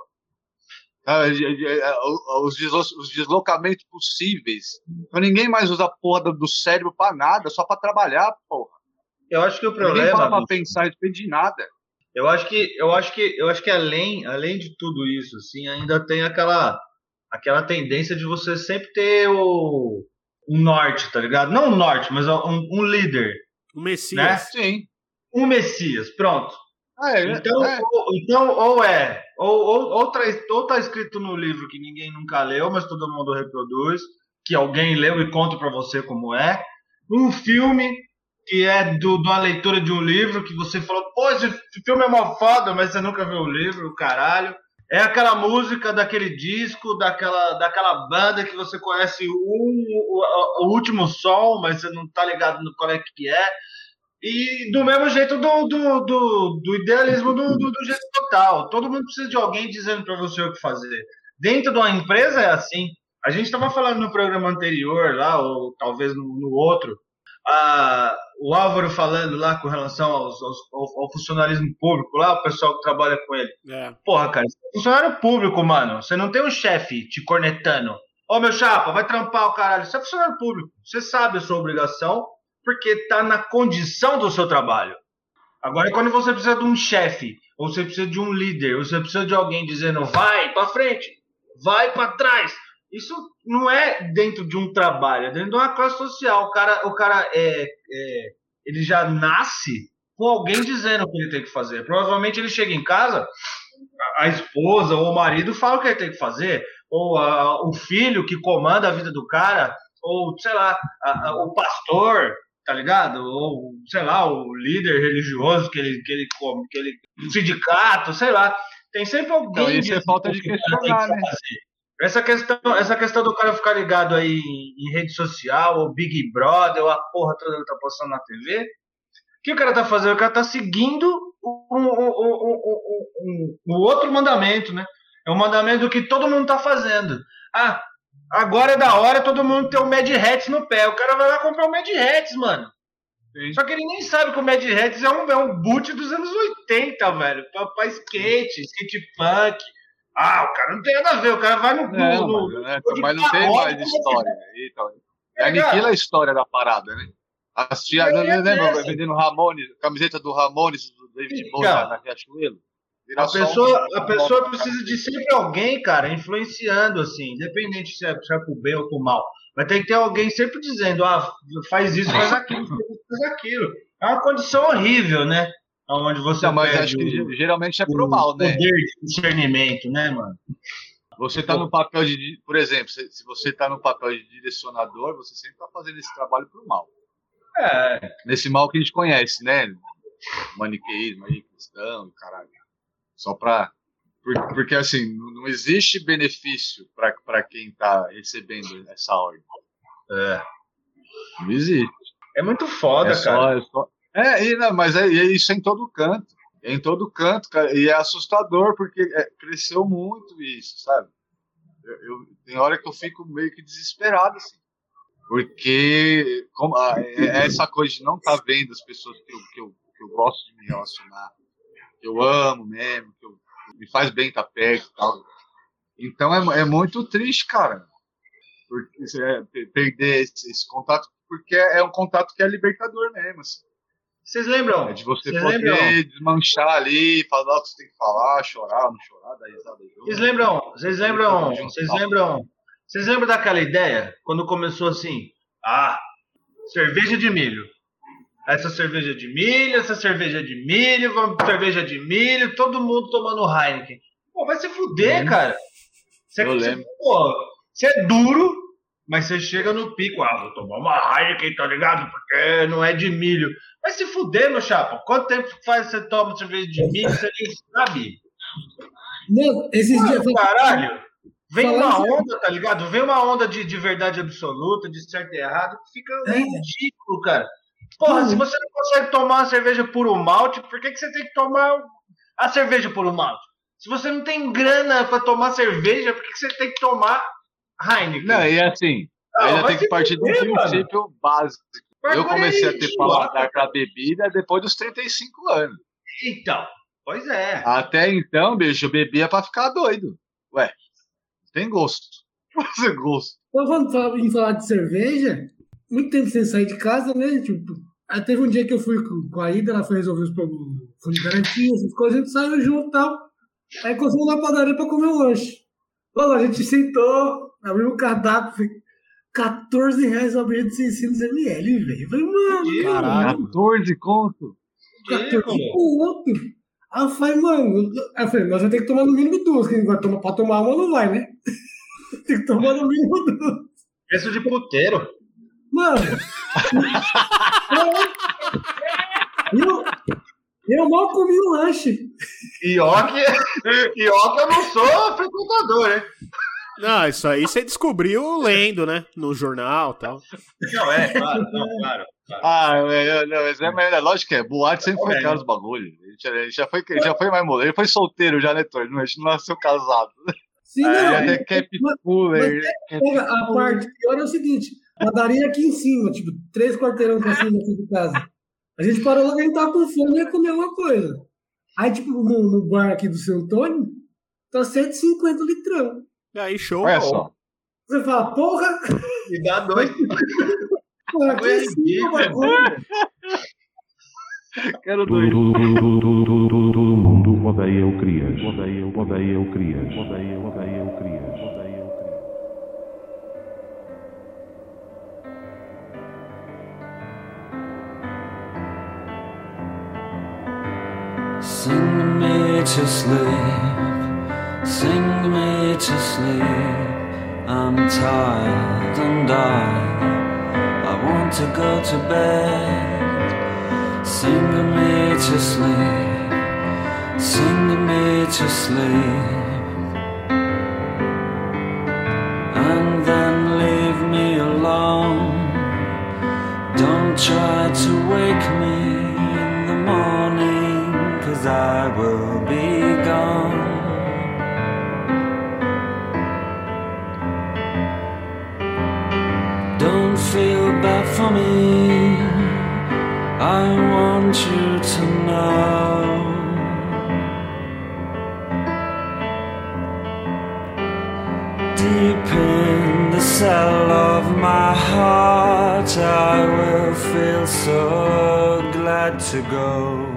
Ah, de- de- eh, Os deslo- os deslocamentos possíveis. Então ninguém mais usa a porra do cérebro pra nada, só pra trabalhar, porra. Eu acho que o Ninguém problema, para pra bicho, pensar a respeito de nada. eu acho que eu acho que eu acho que além, além de tudo isso, assim, ainda tem aquela aquela tendência de você sempre ter o um norte, tá ligado? Não um norte, mas um, um líder, O Messias. né? Sim. Um Messias, pronto. Ah, é, Então, é. ou, então ou é, ou, ou, ou, tá, ou tá escrito no livro que ninguém nunca leu, mas todo mundo reproduz, que alguém leu e conta pra você como é. Um filme que é do, de uma leitura de um livro que você falou, pô, esse filme é mó foda, mas você nunca viu o livro, caralho. É aquela música daquele disco, daquela, daquela banda que você conhece um, o, o último som, mas você não tá ligado no qual é que é. E do mesmo jeito do, do, do, do idealismo do, do, do jeito total. Todo mundo precisa de alguém dizendo para você o que fazer. Dentro de uma empresa é assim. A gente estava falando no programa anterior, lá, ou talvez no, no outro, a, o Álvaro falando lá com relação aos, aos, ao, ao funcionalismo público, lá, o pessoal que trabalha com ele. É. Porra, cara, você é funcionário público, mano. Você não tem um chefe te cornetando. Ô, meu chapa, vai trampar o caralho. Você é funcionário público. Você sabe a sua obrigação, porque tá na condição do seu trabalho. Agora, quando você precisa de um chefe, ou você precisa de um líder, ou você precisa de alguém dizendo vai pra frente, vai pra trás, isso não é dentro de um trabalho, é dentro de uma classe social. O cara, o cara é, é, ele já nasce com alguém dizendo o que ele tem que fazer. Provavelmente ele chega em casa, a esposa ou o marido fala o que ele tem que fazer, ou a, o filho que comanda a vida do cara, ou, sei lá, a, a, o pastor, tá ligado? Ou, sei lá, o líder religioso que ele, que ele come, que ele, sindicato, sei lá. Tem sempre alguém. Então, isso é falta de questionar, né? Essa questão, essa questão do cara ficar ligado aí em, em rede social, ou Big Brother, ou a porra toda que tá postando na T V. O que o cara tá fazendo? O cara tá seguindo o um, um, um, um, um, outro mandamento, né? É um mandamento que todo mundo tá fazendo. Ah, agora é da hora todo mundo ter o Mad Hats no pé. O cara vai lá comprar o Mad Hats, mano. Sim. Só que ele nem sabe que o Mad Hats é um, é um boot dos anos oitenta, velho. Pra, pra skate, skate punk. Ah, o cara não tem nada a ver. O cara vai no... É, no, no, no né? Mas não tem mais história. Então, é, aniquila a história da parada, né? Assistia, não lembra, vendendo Ramones, camiseta do Ramones, do David Bowie na, na Riachuelo. A pessoa, um... a pessoa precisa de sempre alguém, cara, influenciando, assim, independente se é, se é pro bem ou pro mal. Mas tem que ter alguém sempre dizendo, ah, faz isso, faz aquilo, faz isso, faz aquilo. É uma condição horrível, né? Onde você não, mas acho que o, geralmente é pro mal, né? Poder de discernimento, né, mano? Você tá no papel de, por exemplo, se, se você tá no papel de direcionador, você sempre tá fazendo esse trabalho pro mal. É. Nesse mal que a gente conhece, né? Maniqueísmo aí, cristão, caralho. Só pra... Porque, assim, não existe benefício pra, pra quem tá recebendo essa ordem. É. Não existe. É muito foda, é cara. Só, é, só... é e, não, mas é, é isso é em todo canto. É em todo canto, cara. E é assustador, porque é, cresceu muito isso, sabe? Eu, eu, tem hora que eu fico meio que desesperado, assim. Porque como, ah, é essa coisa de não estar tá vendo as pessoas que eu, que, eu, que eu gosto de me relacionar, que eu amo mesmo, que eu, me faz bem estar tá perto e tal. Então é, é muito triste, cara. Porque, é, perder esse, esse contato, porque é um contato que é libertador mesmo. Assim. Vocês lembram? É de você Vocês poder lembram? desmanchar ali, falar o que você tem que falar, chorar, não chorar, dar risada junto. Vocês lembram? Vocês lembram? Vocês lembram? Vocês lembram daquela ideia? Quando começou assim, ah, cerveja de milho. Essa cerveja de milho, essa cerveja de milho, vamos cerveja de milho, todo mundo tomando Heineken. Pô, vai se fuder, hum. cara. Você, Eu você, lembro. Pô, você é duro, mas você chega no pico. Ah, vou tomar uma Heineken, tá ligado? Porque não é de milho. Vai se fuder, meu chapa. Quanto tempo faz você toma cerveja de milho? Você nem sabe. Não, esses Mano, dias... caralho. Vem Falando uma sério. onda, tá ligado? Vem uma onda de, de verdade absoluta, de certo e errado, que fica É. ridículo, cara. Porra, Hum. se você não consegue tomar uma cerveja puro malte, por que, que você tem que tomar a cerveja puro malte? Se você não tem grana pra tomar cerveja, por que, que você tem que tomar Heineken? Não, e assim, Não, ainda vai tem que se partir do fuder, mano. princípio básico. Bagulho Eu comecei é a ter idiota. paladar pra bebida depois dos trinta e cinco anos. Então, Pois é. Até então, bicho, eu bebia pra ficar doido. Ué, tem gosto. Você gosto. Então, quando fala- em falar de cerveja, muito tempo sem sair de casa, né? Tipo, aí teve um dia que eu fui com, com a Ida, ela foi resolver os problemas, fundo de garantia, essas coisas, a gente saiu junto e tal. Aí conseguimos na padaria pra comer um lanche. Olha lá, a gente sentou, abriu o cardápio, foi quatorze reais uma breja de seiscentos mililitros, velho. Eu falei, mano, Caralho. quatorze conto. quatorze conto. Aí eu falei, mano, aí eu falei, nós vamos ter que tomar no mínimo duas, que vai tomar, pra tomar uma não vai, né? Tem que tomar no mínimo duas. Preço de puteiro. Mano, eu, eu mal comi o lanche. E ó que, e ó que eu não sou frequentador, né? Não, isso aí você descobriu lendo, né? No jornal e tal. Não, é, claro, não, claro. Ah, é, não, mas é, mas é lógico que é. Boate sempre foi É. caro os bagulhos. Ele já, ele já foi, ele já foi mais moleque. Ele foi solteiro já, né, Tony? Não, a gente não nasceu casado. Sim, Aí não. até cap mas- cooler. cap Pega, a cooler. parte pior é o seguinte: padaria aqui em cima, tipo, três quarteirão pra cima aqui de casa. A gente parou lá que a gente tava com fome e ia comer alguma coisa. Aí, tipo, no, no bar aqui do seu Antônio, tá cento e cinquenta litrão. E aí, show. Olha só. Você fala, porra, Me dá dois. porra, aqui em cima o bagulho. Quero Todo, dois. todo, todo, todo, todo, todo, todo mundo odeia o Crias. Odeia, odeia o Crias. Odeia, odeia o Crias. Odeia o Crias. Sing me to sleep, sing me to sleep. I'm tired and I, I want to go to bed. Sing me to sleep, sing me to sleep. And then leave me alone. Don't try to wake me in the morning, 'cause I will be gone. Don't feel bad for me, I want you to know. Deep in the cell of my heart, I will feel so glad to go.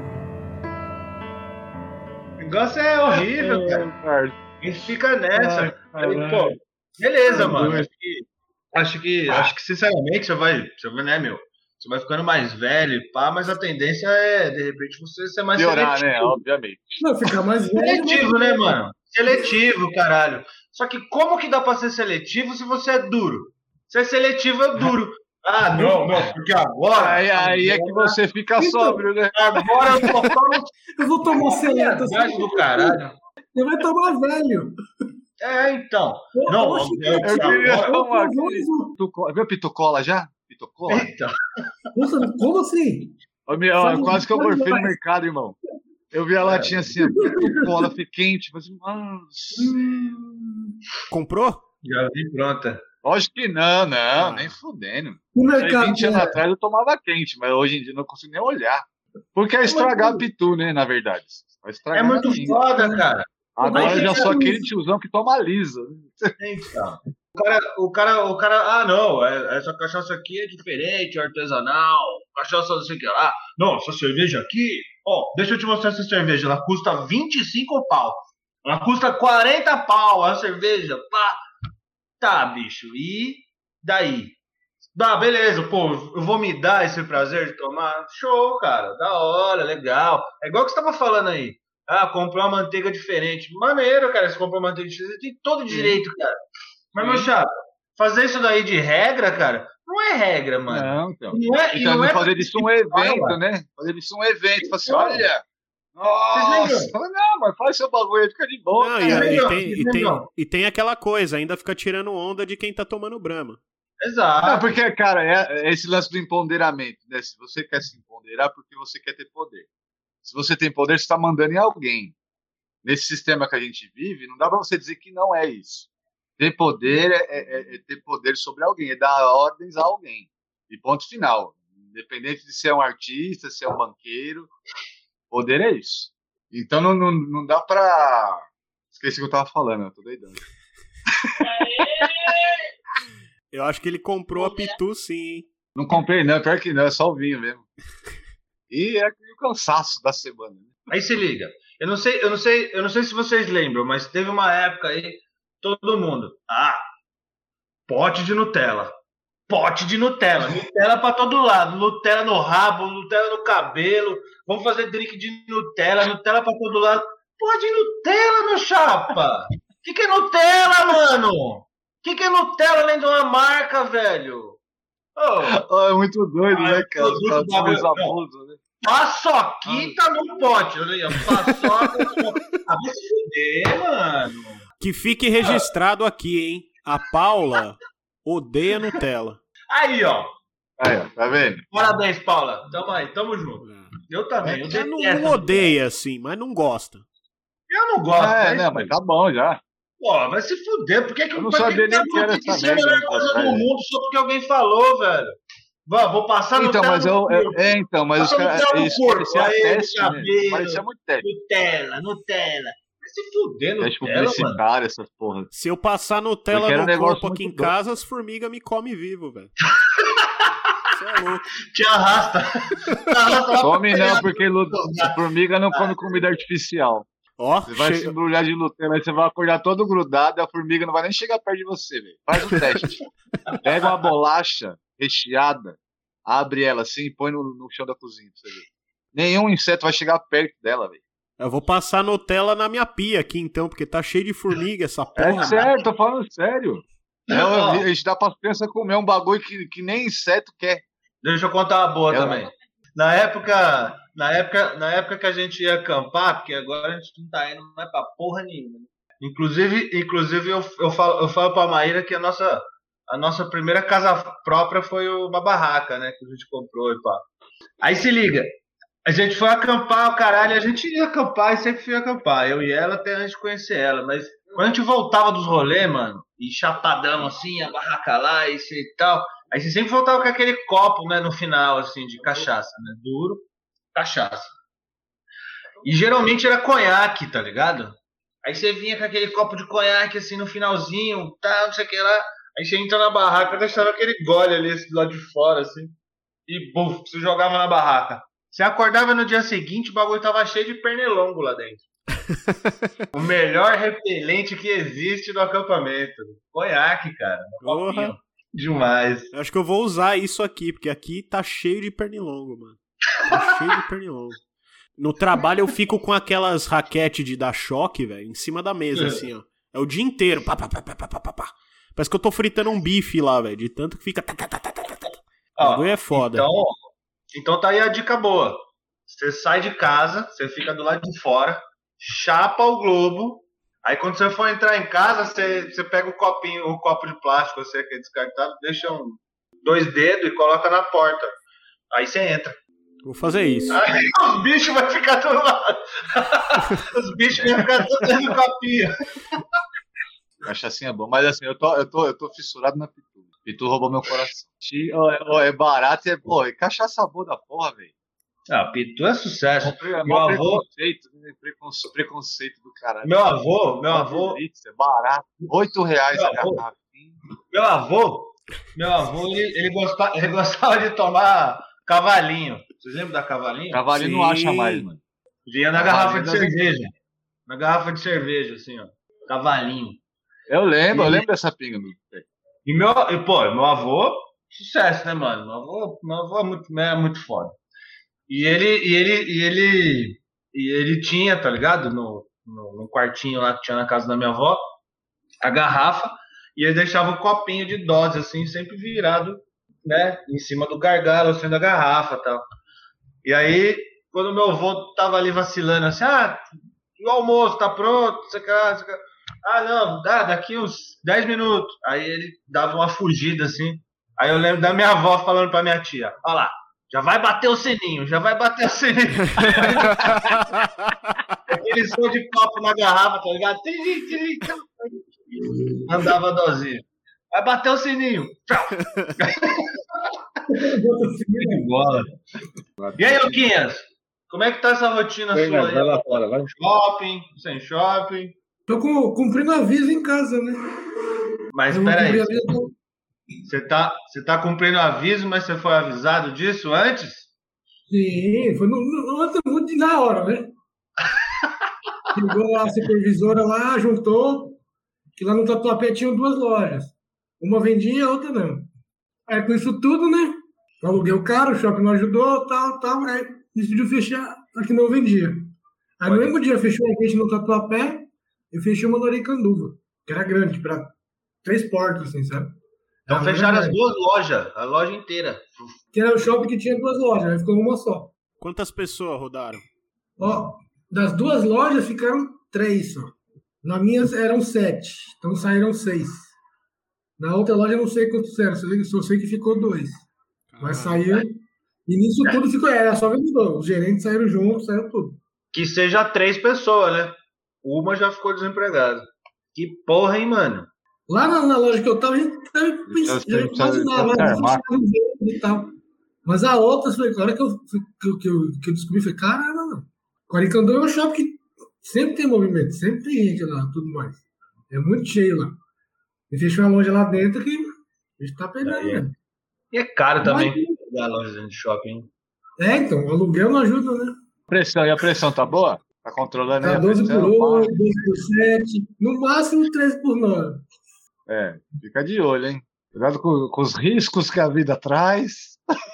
O negócio é horrível, cara. A gente fica nessa. Aí, pô, beleza, mano. Acho que, acho que, acho que sinceramente, você vai, você vai, né, meu? Você vai ficando mais velho e pá, mas a tendência é, de repente, você ser mais Piorar, seletivo. né? Obviamente. Não, ficar mais velho. Seletivo, né, mano? Seletivo, caralho. Só que como que dá pra ser seletivo se você é duro? Ser seletivo é duro. Ah, não, não, porque agora... Aí, aí é que você fica sóbrio, né? Agora eu tô falando Eu vou tomar seleta. verdade do caralho. Você vai tomar velho. É, então. Não, Oxe, eu, Eu queria agora... tomar eu vou- aqui. Pituco- Viu pitocola já? Pitocola? Então, Nossa, como assim? Ô, meu, ó, Fala- quase que eu fala morfei no mais. mercado, irmão. Eu vi a latinha assim, ó, pitocola, fiquei quente. Falei assim, mano, Comprou? já vi pronta. lógico que não, não, nem fudendo. O Aí, mercado. vinte anos é- atrás eu tomava quente, mas hoje em dia eu não consigo nem olhar. Porque é estragar a pitu, né, na verdade. Vai estragar É muito na língua. foda, cara. Agora Aí eu já fica sou isso. aquele tiozão que toma lisa. Então. O cara, o cara, o cara, ah, não, é- essa cachaça aqui é diferente, artesanal, cachaça não sei o que lá. Não, essa cerveja aqui, ó, deixa eu te mostrar essa cerveja, ela custa vinte e cinco pau. Ela custa quarenta pau a cerveja, pá. Tá, bicho, e daí? Dá, beleza, pô, eu vou me dar esse prazer de tomar? Show, cara, da hora, legal. É igual que você tava falando aí. Ah, comprou uma manteiga diferente. Maneiro, cara, você comprou uma manteiga diferente, tem todo direito, cara. Mas, meu chapa, fazer isso daí de regra, cara, não é regra, mano. Não, então. Não é, e Então, não é fazer disso um evento, fala. né? Fazer disso um evento. Falar assim, Então. olha. Vocês Nossa. Fala, não, mas faz seu bagulho aí, fica de boa. Não, e, cara. e melhor, tem, e, é tem, melhor. e tem aquela coisa, ainda fica tirando onda de quem tá tomando Brahma. Exato. Não, porque, cara, é, é esse lance do empoderamento, né? Se você quer se empoderar, porque você quer ter poder. Se você tem poder, você está mandando em alguém. Nesse sistema que a gente vive, não dá pra você dizer que não é isso. Ter poder é, é- é ter poder sobre alguém, é dar ordens a alguém. E ponto final. Independente de ser um artista, ser um banqueiro, poder é isso. Então não, não, não dá pra... Esqueci o que eu tava falando, eu tô doidão. Eu acho que ele comprou a Pitu sim, hein? Não comprei não, pior que não, é só o vinho mesmo. E é o cansaço da semana. Aí se liga. Eu não sei, eu não sei, eu não sei se vocês lembram, mas teve uma época aí, todo mundo, ah, pote de Nutella. Pote de Nutella. Nutella pra todo lado. Nutella no rabo, Nutella no cabelo. Vamos fazer drink de Nutella, Nutella pra todo lado. Porra de Nutella, meu chapa! O que, que é Nutella, mano? O que, que é Nutella além de uma marca, velho? Oh. Oh, é muito doido, ah, né, cara? Os caras abusos, né? Paçoquita no pote. Olha aí, paçoca no pote. Ah, vai se fuder, mano. Que fique registrado aqui, hein? A Paula odeia Nutella. Aí, ó. Aí, ó, tá vendo? Parabéns, Paula. Tamo aí, tamo junto. Eu também. Eu, eu não, não odeia, assim, mas não gosta. Eu não gosto. É, né, mas tá bom já. Pô, vai se fuder. Por que que eu não sabia nem que era essa merda? É a melhor coisa do mundo só porque alguém falou, velho. Vou, vou passar então, Nutella mas eu, no eu, É, então, mas os caras... Isso parecia aí, teste, cabelo, né? Parecia muito teste. Nutella, Nutella. Vai se fuder, Nutella, teste publicitário, essas porra. Se eu passar Nutella no um corpo aqui em doido. Casa, as formigas me comem vivo, velho. Você é louco. Te arrasta. arrasta come não, porque a formiga não come comida artificial. Ó, você vai che... se embrulhar de Nutella, aí você vai acordar todo grudado e a formiga não vai nem chegar perto de você, velho. Faz um teste. Pega uma bolacha recheada, abre ela assim e põe no, no chão da cozinha pra você ver. Nenhum inseto vai chegar perto dela, velho. Eu vou passar Nutella na minha pia aqui então, porque tá cheio de formiga essa porra. É sério, tô falando sério. É, a gente dá pra criança comer um bagulho que, que nem inseto quer. Deixa eu contar uma boa é também. Uma... Na época, na, época, na época que a gente ia acampar, porque agora a gente não tá indo mais pra porra nenhuma. Inclusive, inclusive eu, eu, falo, eu falo pra Maíra que a nossa, a nossa primeira casa própria foi uma barraca, né? Que a gente comprou e pá. Aí se liga. A gente foi acampar, o caralho, a gente ia acampar e sempre fui acampar. Eu e ela até antes de conhecer ela. Mas quando a gente voltava dos rolês, mano, e chapadão assim, a barraca lá e tal... Aí você sempre voltava com aquele copo, né, no final, assim, de cachaça, né? Duro, cachaça. E geralmente era conhaque, tá ligado? Aí você vinha com aquele copo de conhaque, assim, no finalzinho, tá, não sei o que lá. Aí você entra na barraca, deixava aquele gole ali, assim, do lado de fora, assim. E, buf, você jogava na barraca. Você acordava no dia seguinte, o bagulho tava cheio de pernilongo lá dentro. O melhor repelente que existe no acampamento. Conhaque, cara. Porra. Demais. Eu acho que eu vou usar isso aqui, porque aqui tá cheio de pernilongo, mano. Tá cheio de pernilongo. No trabalho eu fico com aquelas raquetes de dar choque, velho, em cima da mesa, assim, ó. É o dia inteiro. Pá, pá, pá, pá, pá, pá, pá. Parece que eu tô fritando um bife lá, velho, de tanto que fica... O bagulho é foda. Então, então tá aí a dica boa. Você sai de casa, você fica do lado de fora, chapa o globo. Aí quando você for entrar em casa, você, você pega o copinho, o copo de plástico, você que é descartado, deixa um, dois dedos e coloca na porta. Aí você entra. Vou fazer isso. Aí os bichos vão ficar do lado. Os bichos vão ficar todos dentro do copinho. Cachaçinha é bom, mas assim, eu tô, eu tô, eu tô fissurado na Pitu. Pitu roubou meu coração. É, é barato e é, pô, é cachaça boa da porra, velho. Ah, Pitu é sucesso. É meu avô... preconceito, preconceito, preconceito do caralho. Meu avô, meu avô... É barato, oito reais a garrafa. Meu avô, meu avô, ele, ele, gostava, ele gostava de tomar cavalinho. Vocês lembram da cavalinho? Cavalinho não acha mais, mano. Vinha na garrafa de cerveja. Na garrafa de cerveja, assim, ó. Cavalinho. Eu lembro, e... eu lembro dessa pinga, meu. E meu, e, pô, meu avô, sucesso, né, mano? Meu avô, meu avô é muito, é muito foda. E ele, e ele, e ele, e ele tinha, tá ligado? No, no, no quartinho lá que tinha na casa da minha avó, a garrafa, e ele deixava um copinho de dose, assim, sempre virado, né? Em cima do gargalo, assim, da garrafa e tal. E aí, quando meu avô tava ali vacilando, assim, ah, o almoço tá pronto, você quer, você quer... Ah, não, dá, daqui uns dez minutos. Aí ele dava uma fugida, assim. Aí eu lembro da minha avó falando pra minha tia, olha lá, já vai bater o sininho, já vai bater o sininho. Aquele som de copo na garrafa, tá ligado? Andava dozinho. Vai bater o sininho. Tchau. De bola. E aí, Luquinhas? Como é que tá essa rotina Vai, sua vai aí? lá fora, vai. Shopping, sem shopping. Tô com- cumprindo aviso em casa, né? Mas Eu não peraí, cumpri aviso. você tá, você tá cumprindo aviso, mas você foi avisado disso antes? Sim, foi no, no, no, muito na hora, né? Chegou lá a supervisora lá, juntou, que lá no Tatuapé tinham duas lojas. Uma vendia e a outra não. Aí com isso tudo, né? Eu aluguei o carro, o shopping não ajudou, tal, tal. Aí decidiu fechar a que não vendia. Aí no mesmo dia fechou a gente no Tatuapé e fechou uma no Aricanduva, que era grande, pra três portas, assim, sabe? Então Ah, fecharam mas- as duas lojas, a loja inteira. Que era o shopping que tinha duas lojas, aí ficou uma só. Quantas pessoas rodaram? Ó, das duas lojas ficaram três só. Na minha eram sete, então saíram seis. Na outra loja eu não sei quantos eram, só sei- só sei que ficou dois. Mas saiu. E nisso tudo ficou. Era só vendedor. Os gerentes saíram juntos, saiu tudo. Que seja três pessoas, né? Uma já ficou desempregada. Que porra, hein, mano? Lá na, na loja que eu tava, a gente tava pensando, Então, já precisa- imaginava, precisa né? armar. E tal. Mas a outra, foi, a hora que eu, que, eu- que, eu, que eu descobri, foi, caramba, mano. Quaricandô é um shopping que sempre tem movimento, sempre tem gente lá, tudo mais. É muito cheio lá. E fechou uma loja lá dentro que a gente tá pegando Aí. mesmo. E é caro também Mas- pegar loja dentro de shopping. É, então, o aluguel não ajuda, né? Pressão, e a pressão tá boa? Tá controlando aí Tá a doze pressão? por Pá. oito, doze por sete, no máximo treze por nove. É, fica de olho, hein? Cuidado com, com os riscos que a vida traz.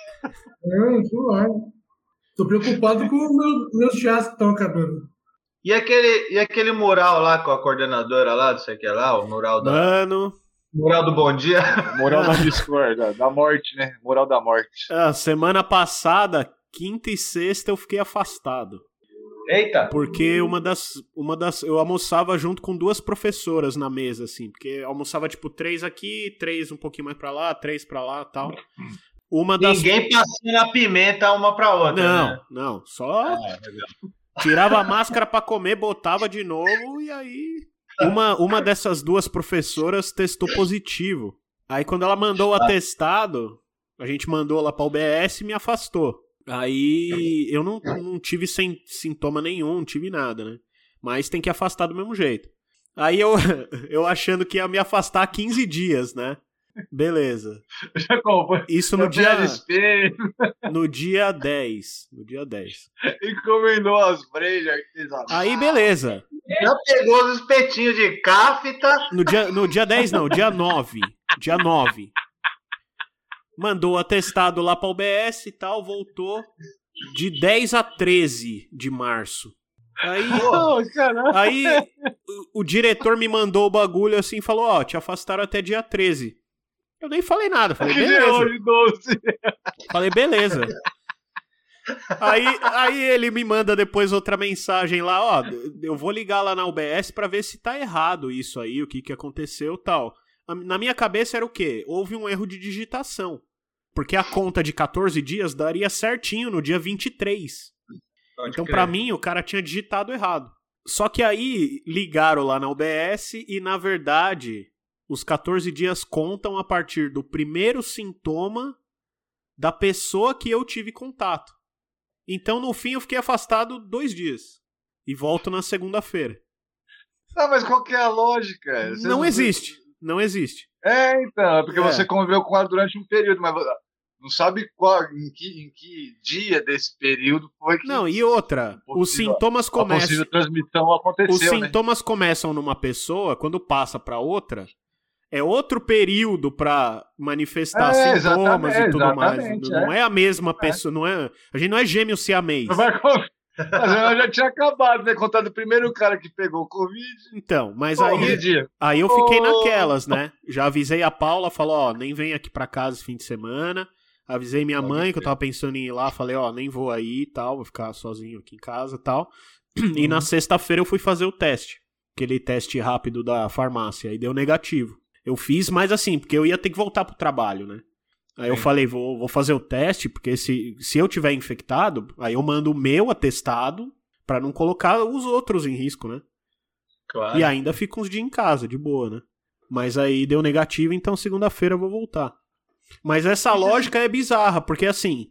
Não, suave. Tô preocupado com os meus, meus chás que estão acabando. E aquele, e aquele mural lá com a coordenadora lá, não sei o que lá, o mural, da, Mano, mural do Bom Dia. Moral da discórdia, da morte, né? Moral da morte. a semana passada, quinta e sexta, eu fiquei afastado. Eita! Porque uma das, uma das. Eu almoçava junto com duas professoras na mesa, assim. Porque almoçava, tipo, três aqui, três um pouquinho mais pra lá, três pra lá e tal. Uma das. Ninguém passando a pimenta uma pra outra, Não, né? não. Só Ah, legal. tirava a máscara pra comer, botava de novo e aí. Uma, uma dessas duas professoras testou positivo. Aí quando ela mandou o atestado, a gente mandou lá pra U B S e me afastou. Aí eu não, não tive sem, sintoma nenhum, não tive nada, né? Mas tem que afastar do mesmo jeito. Aí eu, eu achando que ia me afastar há quinze dias, né? Beleza. Já comprou. Isso no dia, Espelho, no dia dez. No dia dez. encomendou as brejas artesanais. Aí beleza. Já pegou os espetinhos de cáfita. No dia, no dia dez não, dia nove. Dia nove. Mandou o atestado lá pra U B S e tal, voltou de dez a treze de março. Aí, Pô, caralho. aí o, o diretor me mandou o bagulho assim e falou, ó, te afastaram até dia treze. Eu nem falei nada, falei, Que dia beleza. hoje, doce. Falei, beleza. Aí, aí ele me manda depois outra mensagem lá, ó, eu vou ligar lá na U B S pra ver se tá errado isso aí, o que que aconteceu e tal. Na minha cabeça era o quê? Houve um erro de digitação. Porque a conta de quatorze dias daria certinho no dia vinte e três. Pode Então, crer. pra mim, o cara tinha digitado errado. Só que aí ligaram lá na U B S e, na verdade, os quatorze dias contam a partir do primeiro sintoma da pessoa que eu tive contato. Então, no fim, eu fiquei afastado dois dias. E volto na segunda-feira. Ah, mas qual que é a lógica? Você Não existe. Não existe. É, então, é porque É. você conviveu com ela durante um período, mas não sabe qual, em, que, em que dia desse período foi que Não, e outra, possível- os sintomas a começam. possível transmissão aconteceu, Os né? sintomas começam numa pessoa, quando passa pra outra, é outro período pra manifestar É, sintomas e exatamente, tudo mais. exatamente, Não é. é a mesma pessoa, não é. A gente não é gêmeo siamês. Não vai con- Mas ela já tinha acabado, né? Contado o primeiro cara que pegou o Covid. Então, mas Pô, aí, dia. aí eu fiquei Ô. naquelas, né? Já avisei a Paula, falou, ó, nem vem aqui pra casa esse fim de semana. Avisei minha Pode mãe que eu crer. tava pensando em ir lá, falei, ó, nem vou aí e tal, vou ficar sozinho aqui em casa e tal. E Uhum. na sexta-feira eu fui fazer o teste, aquele teste rápido da farmácia, aí deu negativo. Eu fiz, mas assim, porque eu ia ter que voltar pro trabalho, né? Aí eu Sim. falei, vou, vou fazer o teste, porque se, se eu tiver infectado, aí eu mando o meu atestado pra não colocar os outros em risco, né? Claro. E ainda fico uns dias em casa, de boa, né? Mas aí deu negativo, então segunda-feira eu vou voltar. Mas essa lógica é bizarra, porque assim,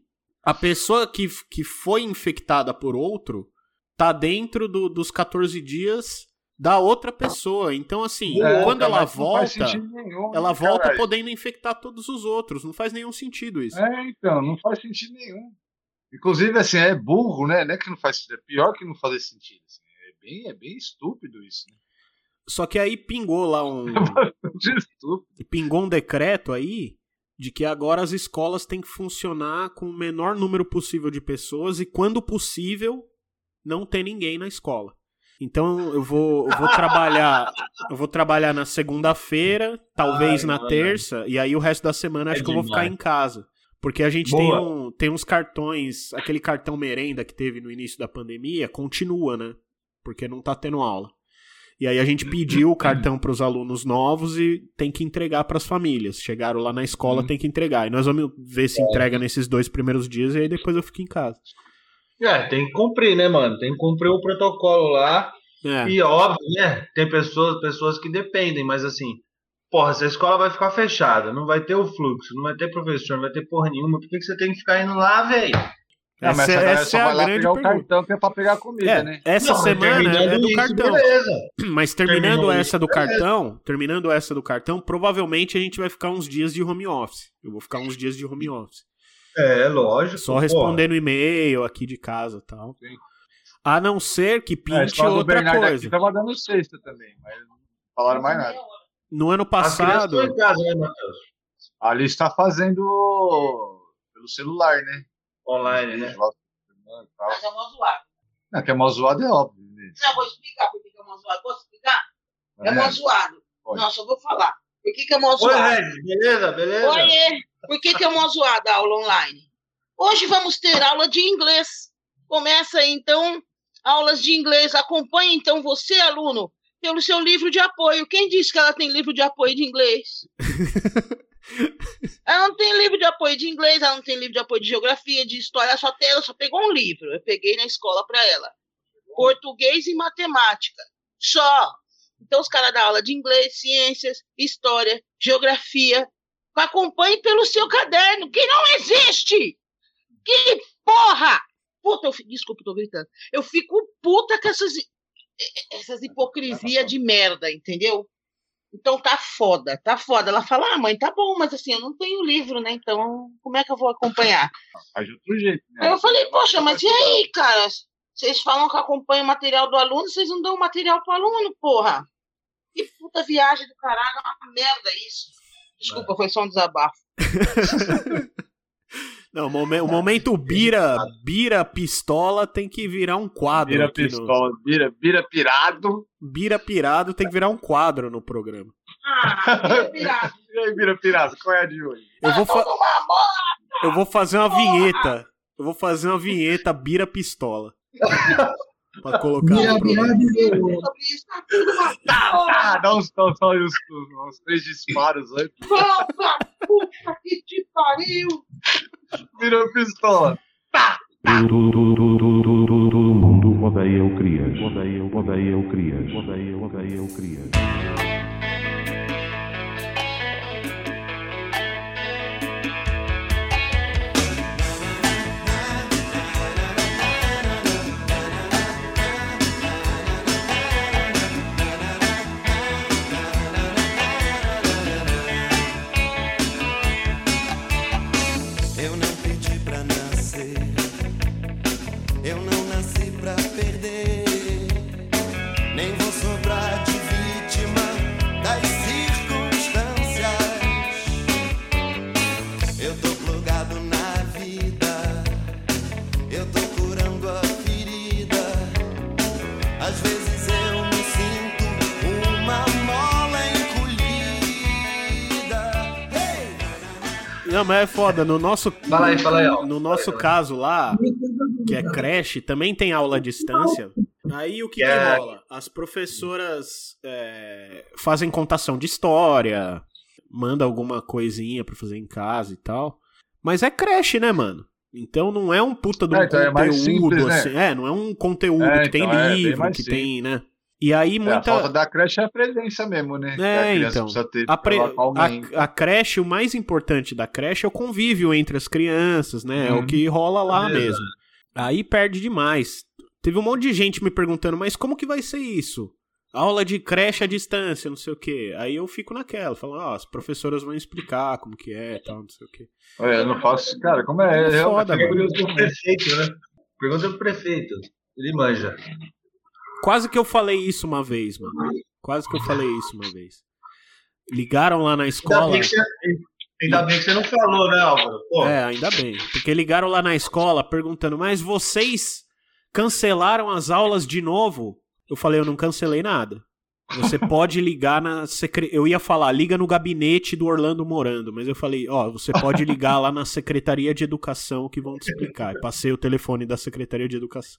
a pessoa que, que foi infectada por outro tá dentro do, dos catorze dias da outra pessoa. Então, assim, É, quando cara, ela mas não faz volta, sentido nenhum, ela né, volta caralho? podendo infectar todos os outros. Não faz nenhum sentido isso. É, então, não faz sentido nenhum. Inclusive, assim, é burro, né? Não é que não faz sentido, é pior que não fazer sentido. Assim. É, bem, é bem estúpido isso, né? Só que aí pingou lá um... Bastante estúpido. pingou um decreto aí de que agora as escolas têm que funcionar com o menor número possível de pessoas e, quando possível, não ter ninguém na escola. Então eu vou, eu vou trabalhar eu vou trabalhar na segunda-feira, talvez Ai, na mano. terça, e aí o resto da semana acho É que eu vou ficar demais. em casa. Porque a gente tem, Boa. um, tem uns cartões, aquele cartão merenda que teve no início da pandemia, continua, né? Porque não tá tendo aula. E aí a gente pediu o cartão para os alunos novos e tem que entregar para as famílias. Chegaram lá na escola, Uhum. tem que entregar. E nós vamos ver se entrega nesses dois primeiros dias e aí depois eu fico em casa. É, tem que cumprir, né, mano? Tem que cumprir o protocolo lá. É. E óbvio, né? Tem pessoas, pessoas que dependem, mas assim, porra, se a escola vai ficar fechada, não vai ter o fluxo, não vai ter professor, não vai ter porra nenhuma, por que, que você tem que ficar indo lá, velho? Ah, mas Essa, essa galera essa só é vai a lá grande pegar o pergunta. cartão que é pra pegar a comida, É, né? essa Não, mas semana terminando é do isso, cartão. beleza. Mas terminando Terminou essa isso, do beleza. cartão, terminando essa do cartão, provavelmente a gente vai ficar uns dias de home office. Eu vou ficar uns dias de home office. É, lógico. Só pô. respondendo e-mail aqui de casa e tal. Sim. A não ser que É, a pinte escola do outra Bernardo coisa. aqui tava dando sexta também, mas não falaram mais nada. No ano As crianças passado, estão em casa, né, Matheus? A Alice tá fazendo pelo celular, né? Online, né? Mas é mó zoado. Não, que é mó zoado é óbvio, né? Não, vou explicar por que que é mó zoado. Posso explicar? É mó zoado. Pode. Não, só vou falar. Por que que é mó Oi, zoado? Regis, beleza? Beleza? Oiê! Por que que é mó zoada a aula online? Hoje vamos ter aula de inglês. Começa aí, então, aulas de inglês. Acompanhe, então, você, aluno, pelo seu livro de apoio. Quem disse que ela tem livro de apoio de inglês? Ela não tem livro de apoio de inglês, ela não tem livro de apoio de geografia, de história, ela só, tem, ela só pegou um livro. Eu peguei na escola para ela. Português e matemática. Só. Então os caras dão aula de inglês, ciências, história, geografia. Acompanhe pelo seu caderno, que não existe! Que porra! Puta, eu fico, desculpa, eu tô gritando. Eu fico puta com essas, essas hipocrisias de merda, entendeu? Então tá foda, tá foda. Ela fala, ah, mãe, tá bom, mas assim, eu não tenho livro, né? Então, como é que eu vou acompanhar? Faz de outro jeito, né? Aí eu falei, poxa, mas e aí, cara? Vocês falam que acompanham o material do aluno, vocês não dão material pro aluno, porra. Que puta viagem do caralho, é uma merda isso. Desculpa, foi só um desabafo. não, o momen- o momento bira, bira pistola tem que virar um quadro. Vira aqui no- pistola, vira, vira pirado. Bira pirado tem que virar um quadro no programa. Ah, vira pirata. E aí, vira pirado, qual é a de hoje? Eu vou, fa- Uma bola, eu vou fazer uma vinheta. Eu vou fazer uma vinheta bira pistola. Pra colocar Vira, no programa. vira, vira. sobre isso, tá tudo uma Ah, dá uns, dá uns, dá uns, uns três disparos antes. Volta, puta que te pariu. Vira pistola. Todo, todo, todo, todo, todo, todo, todo mundo odeia o Crias. Odeia, odeia o Crias. Odeia, odeia o Crias. Eu não pedi pra nascer, eu não nasci pra perder, nem vou sobrar de vítima das circunstâncias. Eu tô plugado na vida, eu tô curando a ferida. Às vezes eu me sinto uma mola encolhida. Hey! Não, mas é foda. No nosso, Fala aí, fala aí, ó. no nosso caso lá, que é creche, também tem aula à distância. Aí o que, que É. rola? As professoras é, fazem contação de história, manda alguma coisinha pra fazer em casa e tal. Mas é creche, né, mano? Então não é um puta de um É, então é conteúdo mais simples, né? assim. É, não é um conteúdo É, que tem então é bem livro, mais que simples. tem, né? E aí É, muita... a falta da creche é a presença mesmo, né? É, a criança então. precisa ter A, pre- falar com alguém. a, a creche, o mais importante da creche é o convívio entre as crianças, né? É o Uhum. que rola lá Exato. mesmo. Aí perde demais. Teve um monte de gente me perguntando, mas como que vai ser isso? Aula de creche à distância, não sei o quê. Aí eu fico naquela, falando, ó, as professoras vão explicar como que é, tal, não sei o quê. Olha, eu não faço. Cara, como é? É é foda, realmente mano. curioso. Pergunta pro prefeito, né? Pergunta pro prefeito. Ele manja. Quase que eu falei isso uma vez, mano. Quase que eu falei isso uma vez. Ligaram lá na Ainda escola... bem, que você, ainda bem que você não falou, né, Álvaro? Pô, É, ainda bem. Porque ligaram lá na escola perguntando, mas vocês cancelaram as aulas de novo? Eu falei, eu não cancelei nada. Você pode ligar na secre... Eu ia falar, liga no gabinete do Orlando Morando, mas eu falei, ó, você pode ligar lá na Secretaria de Educação que vão te explicar. Eu passei o telefone da Secretaria de Educação.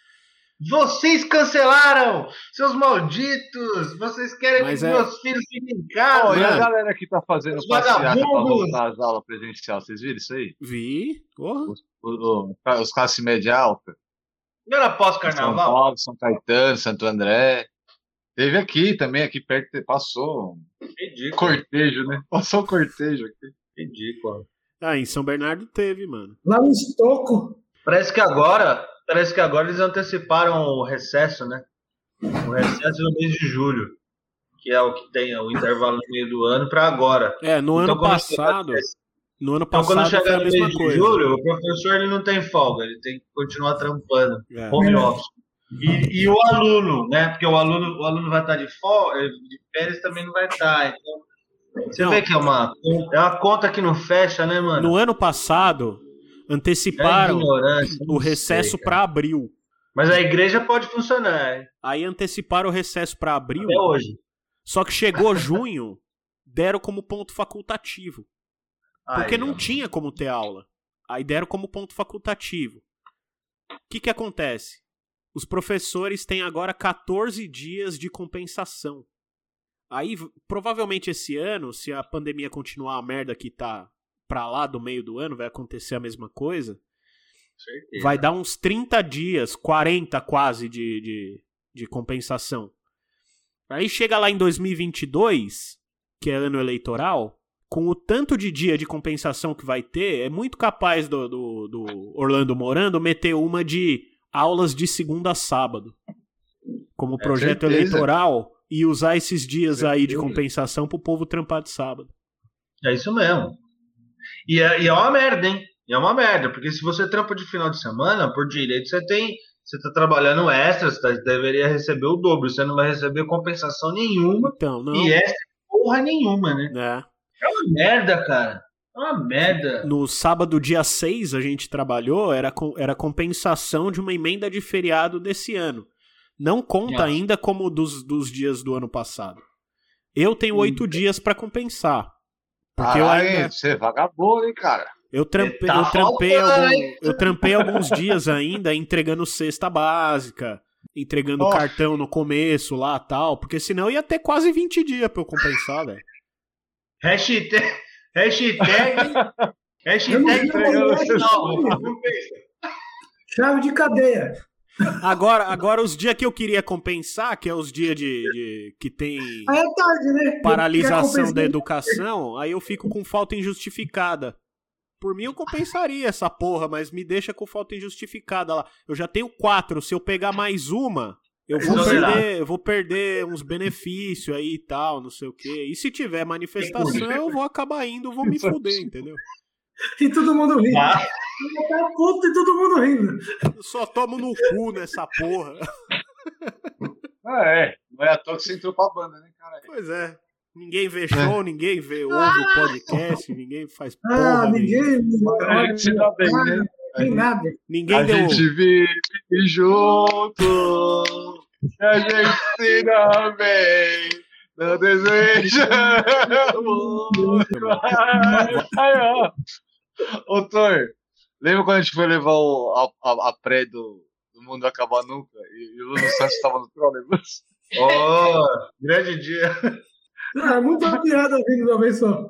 vocês cancelaram! Seus malditos! Vocês querem Mas que é- meus filhos fiquem em Ó, casa! e a Mano. galera que tá fazendo Os passeata pra vagabundos. voltar às aulas presencial, vocês viram isso aí? Vi? Porra. O- o- os classe média alta. Não era São pós-carnaval? Paulo, São Caetano, Santo André. Teve aqui também, aqui perto, passou um Ridículo. cortejo, né? Passou um cortejo aqui. Ridículo. Ah, em São Bernardo teve, mano. Lá no Estoco. Parece que agora, parece que agora eles anteciparam o recesso, né? O recesso no mês de julho, que é o que tem o intervalo no meio do ano, para agora. É, no Então, ano quando chegar- passado... No ano Então, quando passado foi chegar a no mesma mês de coisa. julho, o professor ele não tem folga, ele tem que continuar trampando, É. home office. E, e o aluno, né? Porque o aluno, o aluno vai estar de folga, de férias também não vai estar. Então, você Não. vê que é uma, é uma conta que não fecha, né, mano? No ano passado, É anteciparam ignorância, o não sei, recesso cara. para abril. Mas a igreja pode funcionar, hein? Aí anteciparam o recesso para abril, Até hoje. só que chegou junho, deram como ponto facultativo. Porque Aí, não ó. tinha como ter aula. Aí deram como ponto facultativo. O que que acontece? Os professores têm agora quatorze dias de compensação. Aí, v- provavelmente esse ano, se a pandemia continuar a merda que tá pra lá do meio do ano, vai acontecer a mesma coisa. Certeza. Vai dar uns trinta dias, quarenta quase de, de, de compensação. Aí chega lá em dois mil e vinte e dois, que é ano eleitoral, com o tanto de dia de compensação que vai ter, é muito capaz do, do, do Orlando Morando meter uma de aulas de segunda a sábado, como projeto certeza. eleitoral, e usar esses dias aí de Certeza. compensação pro povo trampar de sábado. É isso mesmo. E é, e é uma merda, hein? E é uma merda, porque se você trampa de final de semana, por direito, você tem. Você tá trabalhando extra, você tá- deveria receber o dobro. Você não vai receber compensação nenhuma Então, não. e extra porra nenhuma, né? né? É uma merda, cara. É uma merda. No sábado, dia seis, a gente trabalhou, era, com- era compensação de uma emenda de feriado desse ano. Não conta Nossa. ainda como dos, dos dias do ano passado. Eu tenho oito dias pra compensar. Porque eu Caralho, ainda. você é vagabundo, hein, cara? Eu, trampe, Tá eu, trampei faltando, algum- hein? eu trampei alguns dias ainda entregando cesta básica, entregando Nossa. cartão no começo lá tal, porque senão ia ter quase vinte dias pra eu compensar, velho. Hashtag. Hashtag. Eu não Hashtag. vi Não, essa não, história. não pensa. Chave de cadeia. Agora, agora os dias que eu queria compensar, que é os dias de, de- que tem Aí é tarde, né? paralisação Quer da compensar? educação, aí eu fico com falta injustificada. Por mim eu compensaria essa porra, mas me deixa com falta injustificada lá. Eu já tenho quatro, se eu pegar mais uma, eu vou Exonerado. perder, eu vou perder uns benefícios aí e tal, não sei o quê. E se tiver manifestação, eu vou acabar indo, vou me fuder, entendeu? E todo mundo rindo. Ah. Tá puto e todo mundo rindo. Eu só tomo no cu nessa porra. Ah, é. Não é à toa que você entrou pra banda, né, cara? Pois é. Ninguém vê show, ninguém vê, ouve o podcast, ninguém faz porra Ah, nenhuma. ninguém. A gente se dá bem, né? Tem nada. Ninguém A deu... gente vive junto, a gente se dá bem, não deseja muito. Aí, ó. Ô, Thor, lembra quando a gente foi levar o, a, a, a pré do, do Mundo Vai Acabar Nunca? E, e o Lúcio Santos tava no trolebus? Oh, grande dia. Ah, muita piada vindo de uma vez só.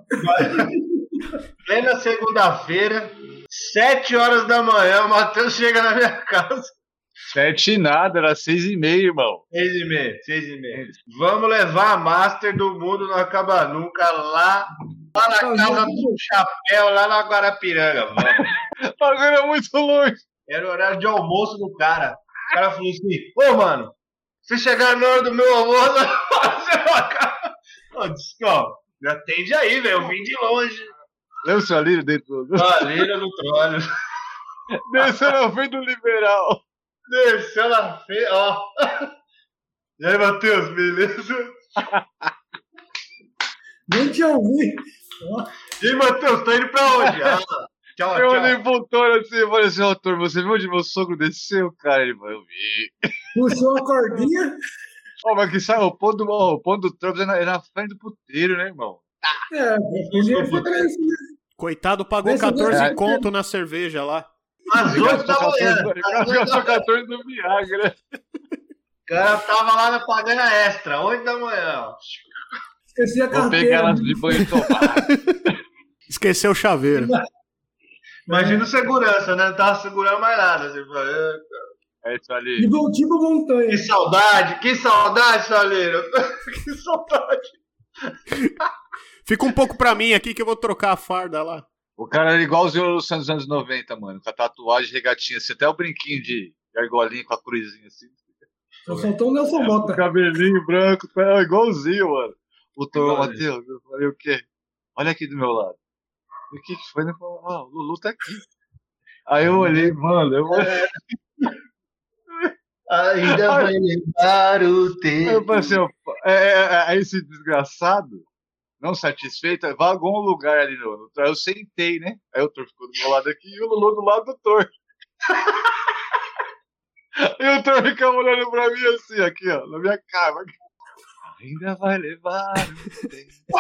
Plena segunda-feira, sete horas da manhã, o Matheus chega na minha casa Sete e nada, era seis e meia, irmão. Seis e meia, seis e meia. Vamos levar a Master do Mundo Não Acaba Nunca lá, lá na casa do Chapéu, lá na Guarapiranga. Vamos. O bagulho é muito longe. Era o horário de almoço do cara. O cara falou assim, ô, mano, se chegar na hora do meu almoço, você vai acabar. Ô, desculpa, me atende aí, velho, eu vim de longe. Lembra o seu Alírio dentro do... Alírio no trolho. Desceu na frente do liberal. Desceu na frente, ó. E aí, Matheus, beleza? Nem te ouvi. E aí, Matheus, tá indo pra onde? Ah, tchau, eu tchau. olhei pro Toro assim e falei assim, ô, Toro, você viu onde meu sogro desceu, cara? Ele falou, eu vi. Puxou a cordinha? Ó, mas que sabe, o ponto do, o ponto do Trump é na, é na frente do puteiro, né, irmão? É, ele foi isso, né? Coitado, pagou Mas você quatorze vai- conto na cerveja lá. Às oito da manhã. Gastou quatorze do Viagra. O cara tava lá na pagana extra, oito da manhã. Esqueci a Vou carteira. pegar elas de banho e tomar. Esqueceu o chaveiro. Imagina o segurança, né? Não tava segurando mais nada. Assim, falei, "Eita, É isso ali. De bom tipo montanha. que saudade, que saudade, Saleiro. Que saudade. Fica um pouco pra mim aqui que eu vou trocar a farda lá. O cara era igualzinho o Santos dos anos noventa, mano. Com a tatuagem, regatinha, assim, até o brinquinho de argolinha com a cruzinha assim. Só faltou o Nelson O Mota. cabelinho branco, tá igualzinho, mano. O Toro, Igualzinho. Matheus, eu falei, o quê? Olha aqui do meu lado. O que que foi? Ele falou, ah, o Lulu tá aqui. Aí eu olhei, mano, eu olhei. Ainda vai levar o Aí tempo. eu falei assim, ó, é, é, é, aí esse desgraçado, não satisfeito, vagou um lugar ali no, no. Aí eu sentei, né? Aí o Thor ficou do meu lado aqui e o Lulu do lado do Thor. E o Thor ficava olhando pra mim assim, aqui, ó, na minha cara. Ainda vai levar um tempo.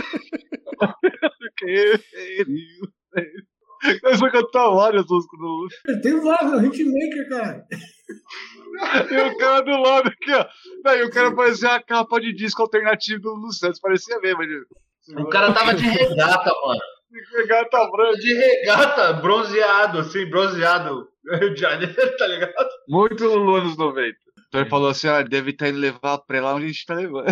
Que feriu. Eu só cantava várias músicas do Lulu. Ele tem vaga, hitmaker, cara. E o cara do lado aqui, ó. Daí o cara parecia a capa de disco alternativo do Lulu Santos. Parecia mesmo. Ele... O cara tava de regata, mano. Regata branca. De regata, bronzeado, assim, bronzeado. Rio de Janeiro, tá ligado? Muito Lulu anos noventa. Então ele falou assim, ah, deve estar indo levar pra lá onde a gente tá levando.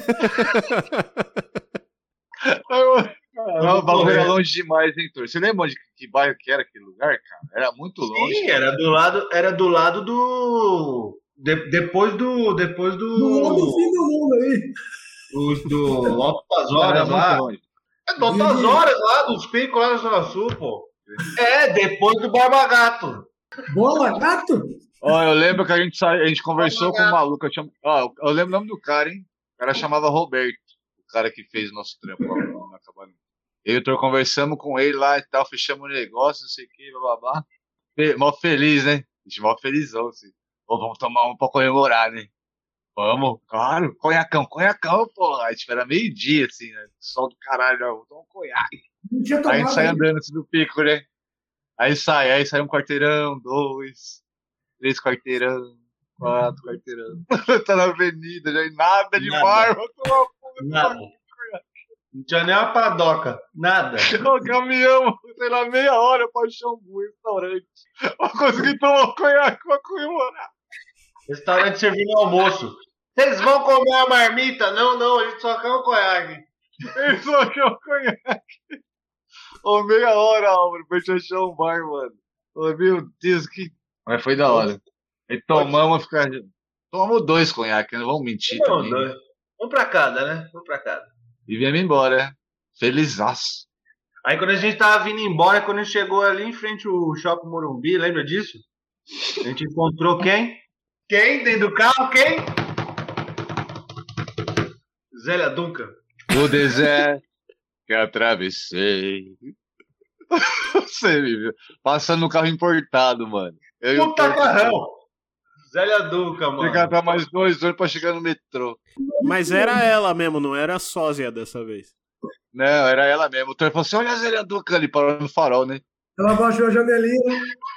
Aí eu... Não, o bagulho era longe demais, hein, Thor? Você lembra onde que bairro que era aquele lugar, cara? Era muito longe. Sim, era do lado, era do lado do... de- depois do... Depois do... No lado do fim do mundo aí. do, do Alto das Era Horas muito lá. longe. É do Alto das Horas lá, dos picos lá na Zona Sul, pô. É, depois do Barba Gato. Bola, gato? Ó, eu lembro que a gente, sa... a gente conversou com um maluco. Eu, chamo... Ó, eu lembro o nome do cara, hein? O cara chamava Roberto. O cara que fez o nosso trampo lá na Cabaninha. Eu e o Thor conversamos com ele lá e tal, fechamos o negócio, não sei o que, blá blá blá. Fe... Mó feliz, né? A gente mó felizão, assim. Ô, vamos tomar um pra comemorar, né? Vamos, claro, conhacão, conhacão, pô. A gente era meio-dia, assim, né? Sol do caralho, ó, vamos tomar um conhaque. Não tinha Aí a gente tomado sai ainda. andando assim do pico, né? Aí sai, aí sai um quarteirão, dois, três quarteirão, quatro quarteirão. Tá na avenida, já e nada de Nada. mar, vou tomar um pouco de Nada. Não tinha nem uma padoca. Nada. o caminhão, sei lá, meia hora pra achar um restaurante. Eu consegui tomar um conhaque pra comemorar. Restaurante servindo almoço. Vocês vão comer uma marmita? Não, não, a gente só quer um conhaque. Ele só quer um conhaque. Ô, meia hora, Álvaro, pra gente achar um bar, mano. Ô, meu Deus, que. Mas foi da hora. E tomamos, ficar. Tomamos dois conhaques, não vamos mentir Não, também. dois. Um pra cada, né? Um pra cada. E viemos embora, né? Felizaço. Aí quando a gente tava vindo embora, quando a gente chegou ali em frente ao Shopping Morumbi, lembra disso? A gente encontrou quem? Quem? Dentro do carro, quem? Zélia Duncan. O deserto que atravessei. Você me viu. Passando no carro importado, mano. Eu e o Puta Thor- carrão! Zélia Duncan, Tem que mano. atar mais dois horas pra chegar no metrô. Mas era ela mesmo, não era a sósia dessa vez. Não, era ela mesmo. O Thor falou assim: olha a Zélia Duca ali, parou no farol, né? Ela baixou a janelinha.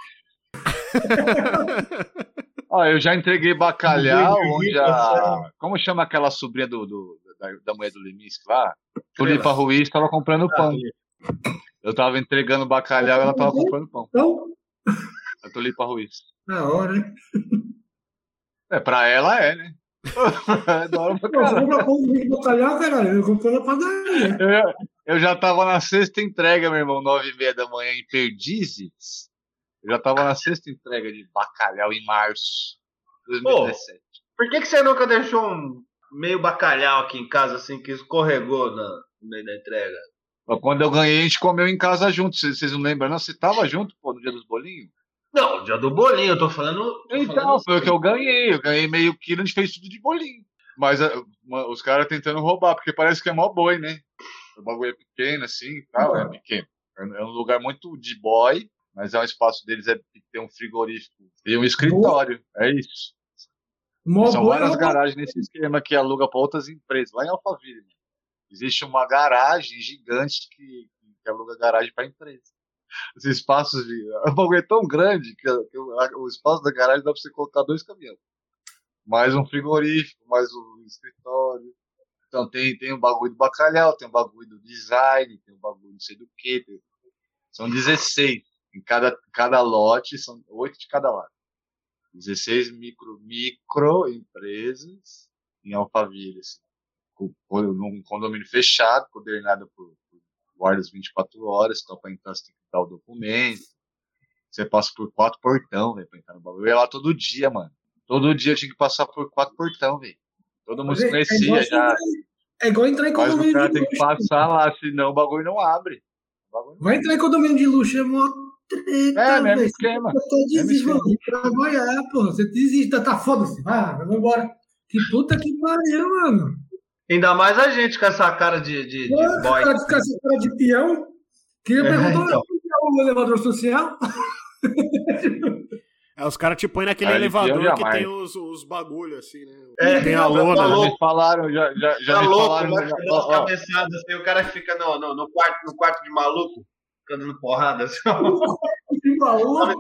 Ó, eu já entreguei bacalhau, Entendi, onde a. Como chama aquela sobrinha do, do- da, da mulher do Leminski lá? Tulipa Ruiz tava comprando pão. Eu tava entregando bacalhau e ela tava comprando pão. Então, A Tulipa Ruiz. Na hora, né? É, pra ela é, né? É da hora pra Pô, você caralho. compra pão de bacalhau, caralho. Eu comprei na padaria. Eu, já- eu já tava na sexta entrega, meu irmão, nove e meia da manhã em Perdizes. Eu já tava na sexta entrega de bacalhau em março de dois mil e dezessete. Por que, que você nunca deixou um meio bacalhau aqui em casa, assim, que escorregou na, no meio da entrega? Mas quando eu ganhei, a gente comeu em casa junto. Vocês vocês não lembram, não? Você tava junto, pô, no dia dos bolinhos? Não, dia do bolinho, eu tô falando. Tô Então, falando foi o que eu ganhei. Eu ganhei meio quilo, a gente fez tudo de bolinho. Mas ah, uma- os caras tentando roubar, porque parece que é mó boi, né? O bagulho é pequeno, assim e tal. É pequeno. É um lugar muito de boy, mas é um espaço deles, é tem um frigorífico e um escritório. É isso. Mó São boi, várias rouba- garagens nesse esquema que aluga para outras empresas. Lá em Alphaville, mano. Existe uma garagem gigante que, que aluga garagem para empresa. Os espaços de. O bagulho é tão grande que, que o, a- o espaço da garagem dá para você colocar dois caminhões. Mais um frigorífico, mais um escritório. Então tem, tem o bagulho do bacalhau, tem o bagulho do design, tem o bagulho não sei do que. São dezesseis. Em cada, cada lote, são oito de cada lado. dezesseis micro, micro empresas em Alphaville, assim, com, com, num condomínio fechado, coordenado por, por guardas vinte e quatro horas, então para entrar você tem que dar o documento. Você passa por quatro portão, velho, pra entrar no bagulho. Eu ia lá todo dia, mano. Todo dia eu tinha que passar por quatro portão, velho. Todo mundo se É igual conhecia você já. entrar- É igual entrar em Mas o condomínio cara de tem que luxo. passar lá, senão o bagulho não abre. O bagulho não Vai entrar em condomínio de luxo, é mó treta, É, mesmo velho. esquema. Você Mesmo desiste, esquema. mano. Trabalhar, pô. Você desiste, tá, tá foda-se. Ah, vamos embora. Que puta que pariu, mano. Ainda mais a gente com essa cara de, de, de Olha, boy. cara, esse cara, esse cara de peão. Queria É, perguntar então. o que é o elevador social. É, os caras te põem naquele Aí, elevador eu que jamais. tem os, os bagulho assim, né? É, tem a tá lona. Já louco. me falaram, já, já, já Tá me louco, falaram. vai já- dar ó, umas ó, cabeçadas assim, o cara fica no, no, no quarto, no quarto de maluco, dando porrada assim. Que maluco.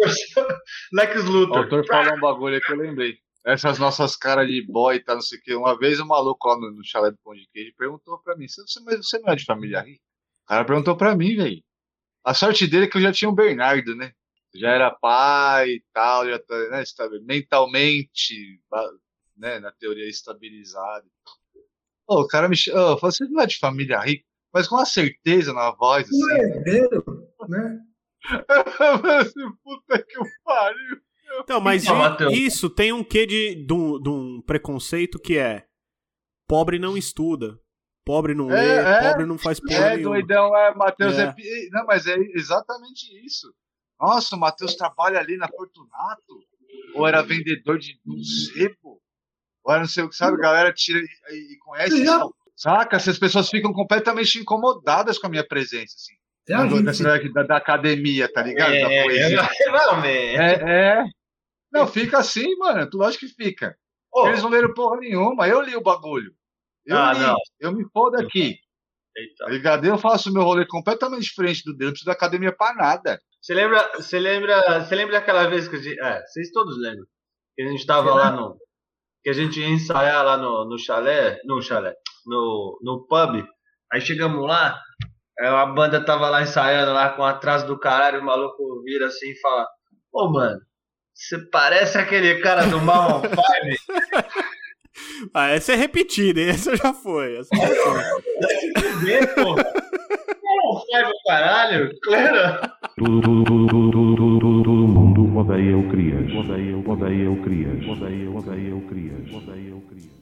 Lex O Luthor. autor falou um bagulho aí que eu lembrei. Essas nossas caras de boy e tal, não sei o que. Uma vez um maluco lá no, no chalé do Pão de Queijo perguntou pra mim: você, você, mas você não é de família rica? O cara perguntou pra mim, velho. A sorte dele é que eu já tinha o Bernardo, né? Já era pai e tal, já tá, né, estabil- mentalmente, ba- né, na teoria estabilizado. Pô, o cara me chamou, oh, você não é de família rica? Mas com uma certeza na voz, Não assim. é herdeiro, né? Eu falei assim, puta que pariu. Então, mas Então, i- Matheus. isso tem um quê de, de, um, de um preconceito que é pobre não estuda, pobre não É, lê, é. pobre não faz porra É, nenhuma. doidão, é, Matheus é. É. pi- Não, mas é exatamente isso. Nossa, o Matheus trabalha ali na Fortunato. Ou era vendedor de um sebo. Ou era não sei o que, sabe? A galera tira e, e conhece. Você já- isso. Saca? Essas pessoas ficam completamente incomodadas com a minha presença, assim. É a Da, gente. da, da- da academia, tá ligado? da É, poesia. é, realmente. É, é. Não, fica assim, mano. Tu lógico que fica. Ô, Eles não leram porra nenhuma. Eu li o bagulho. Eu Ah, li. não. Eu me fodo aqui. eita. Tá ligado? Eu faço meu rolê completamente diferente do dele, não preciso da academia pra nada. Você lembra, você lembra, você lembra daquela vez que a gente, é, vocês todos lembram, que a gente tava lá no, que a gente ia ensaiar lá no, no chalé, no chalé, no, no pub, aí chegamos lá, aí a banda tava lá ensaiando lá com atraso do caralho, o maluco vira assim e fala, ô mano, você parece aquele cara do Maroon five, Ah, essa é repetida, hein? Essa já foi. Essa já foi. vê, porra, Maroon five, caralho, claro. Tudo, tudo, tudo, tudo, tudo, tudo, tudo, todo mundo odeia o Crias. Odeia, odeia o Crias. Odeia, odeia o Crias. Odeia o Crias.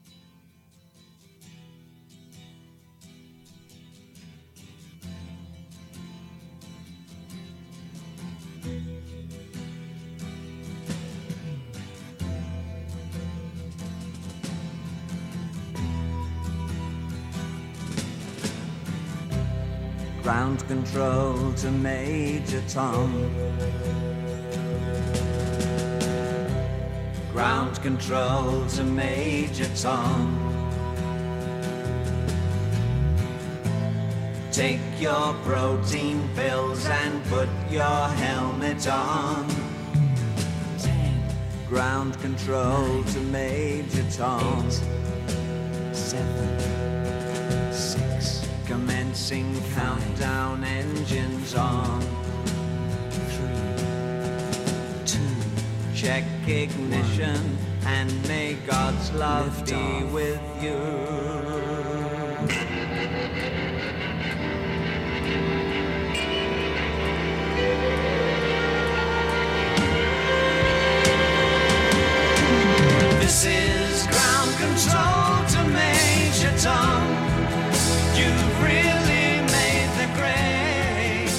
Ground control to Major Tom. Ground control to Major Tom. Take your protein pills and put your helmet on. Ten. Ground control to Major Tom. Eight, seven, six. Commencing countdown, engines on. Three, two. check ignition, and may God's love be with you. This is ground control to Major Tom. You've really made the grade,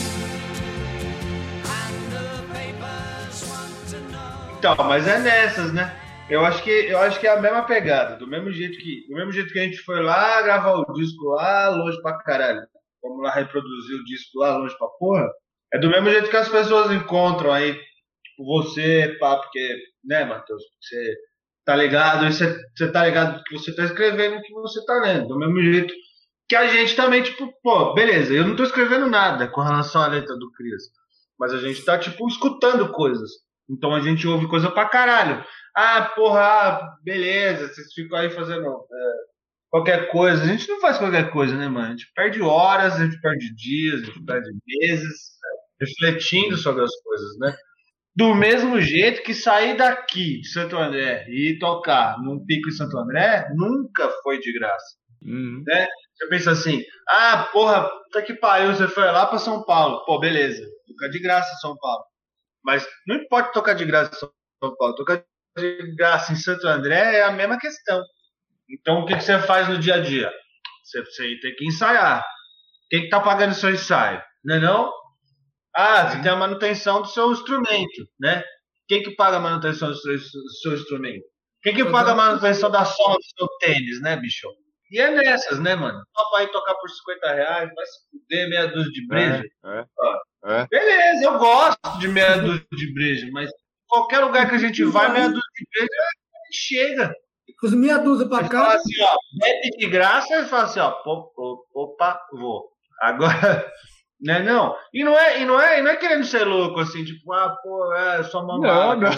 and the papers want to know. Então, mas é nessas, né? Eu acho que eu acho que é a mesma pegada, do mesmo jeito que, do mesmo jeito que a gente foi lá gravar o disco lá longe pra caralho. Vamos lá reproduzir o disco lá longe pra porra. É do mesmo jeito que as pessoas encontram aí, tipo você, pá, porque, né, Matheus, você tá ligado, você, você tá ligado que você tá escrevendo o que você tá lendo. Do mesmo jeito que a gente também, tipo, pô, beleza, eu não tô escrevendo nada com relação à letra do Crias, mas a gente tá, tipo, escutando coisas. Então a gente ouve coisa pra caralho. Ah, porra, ah, beleza, vocês ficam aí fazendo é, qualquer coisa. A gente não faz qualquer coisa, né, mano? A gente perde horas, a gente perde dias, a gente perde meses é, refletindo sobre as coisas, né? Do mesmo jeito que sair daqui de Santo André e tocar num pico em Santo André nunca foi de graça. Uhum. Né? Você pensa assim, ah, porra, puta que pariu, você foi lá pra São Paulo. Pô, beleza, tocar de graça em São Paulo. Mas não importa tocar de graça em São Paulo, tocar de graça em Santo André é a mesma questão. Então o que, que você faz no dia a dia? Você, você tem que ensaiar. Quem que tá pagando o seu ensaio? Não é não? Ah, você tem a manutenção do seu instrumento, né? Quem que paga a manutenção do seu, do seu instrumento? Quem que paga a manutenção da sola do seu tênis, né, bicho? E é nessas, né, mano? Só pra ir tocar por cinquenta reais, vai se fuder, meia dúzia de breja. É, é, Ó, é. beleza, eu gosto de meia dúzia de breja, mas qualquer lugar que a gente vai, meia dúzia de breja, chega. Fosse meia dúzia pra Ele cá. fala assim, ó, bebe de graça, ele fala assim, ó, pô, pô, opa, vou. Agora, né, não. E não é, e não é, e não é querendo ser louco, assim, tipo, ah, pô, é só uma Não, não.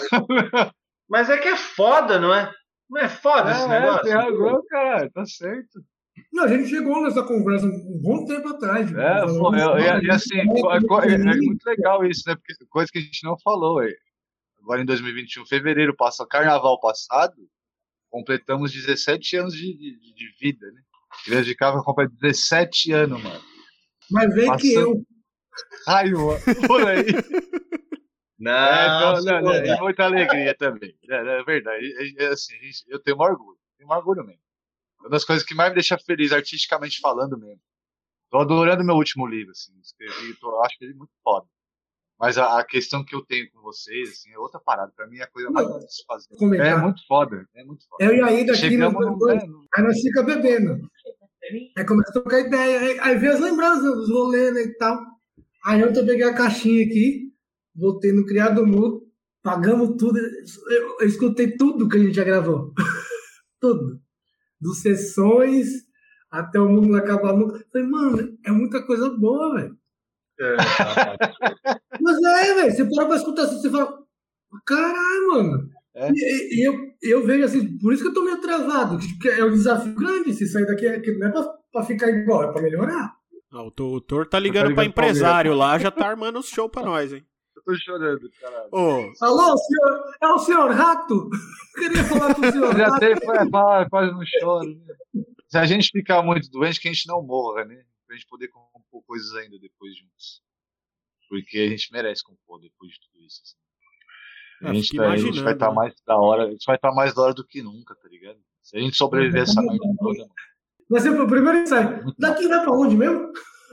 Mas é que é foda, não é? Não é foda esse É, negócio? tem razão, cara, tá certo. Não, a gente chegou nessa conversa um bom tempo atrás. tipo, É, falando pô, isso, é, e, e assim, é, co- é- é né? muito legal isso, né? Porque coisa que a gente não falou, é. Agora em dois mil e vinte e um, fevereiro, passa carnaval passado, completamos dezessete anos de, de, de vida, né? Criança de Cava completa dezessete anos, mano. Mas vem que Passando- eu. Ai, mano, por aí. Não, É, então, se não, não, foda. e muita alegria também. É, é verdade. É, é assim, a gente- eu tenho um orgulho. Tenho um orgulho mesmo. Uma das coisas que mais me deixa feliz, artisticamente falando mesmo. Tô adorando meu último livro, assim. Escrevi, tô, acho ele muito foda. Mas a, a questão que eu tenho com vocês, assim, é outra parada. Pra mim é a coisa mais Não, difícil de fazer. comentar. É muito foda. É muito foda. Eu e a Ida aqui Chegamos nós num- dois, né, num- aí nós fica bebendo. Aí começa a trocar ideia, aí, aí vem as lembranças dos rolês, né, e tal. Aí ontem eu peguei a caixinha aqui, voltei no Criado Mudo, pagamos tudo, eu, eu escutei tudo que a gente já gravou. Tudo. Dos sessões até o Mundo Não Acaba Nunca. Falei, mano, é muita coisa boa, velho. É, tá, Mas é, velho, você para pra escutar assim, você fala, caralho, mano. É. E, e eu, eu vejo assim, por isso que eu tô meio atrasado, que é um desafio grande se sair daqui, é que não é pra, pra ficar igual, é pra melhorar. Ah, o doutor tá ligando ligando pra pra empresário lá, já tá armando os show pra nós, hein? Eu tô chorando, caralho. Ô, Alô, senhor, é o senhor Rato? Queria falar com o senhor Já Rato. sei, foi, fala, quase não choro, né? Se a gente ficar muito doente, que a gente não morra, né? Pra gente poder compor coisas ainda depois juntos. Porque a gente merece compor depois de tudo isso. Assim. A, Ah, gente fico tá- a gente imaginando, vai estar né? mais da hora, a gente vai estar mais da hora do que nunca, tá ligado? Se a gente sobreviver a essa merda toda, mano, Vai ser o primeiro ensaio. Daqui vai pra onde mesmo?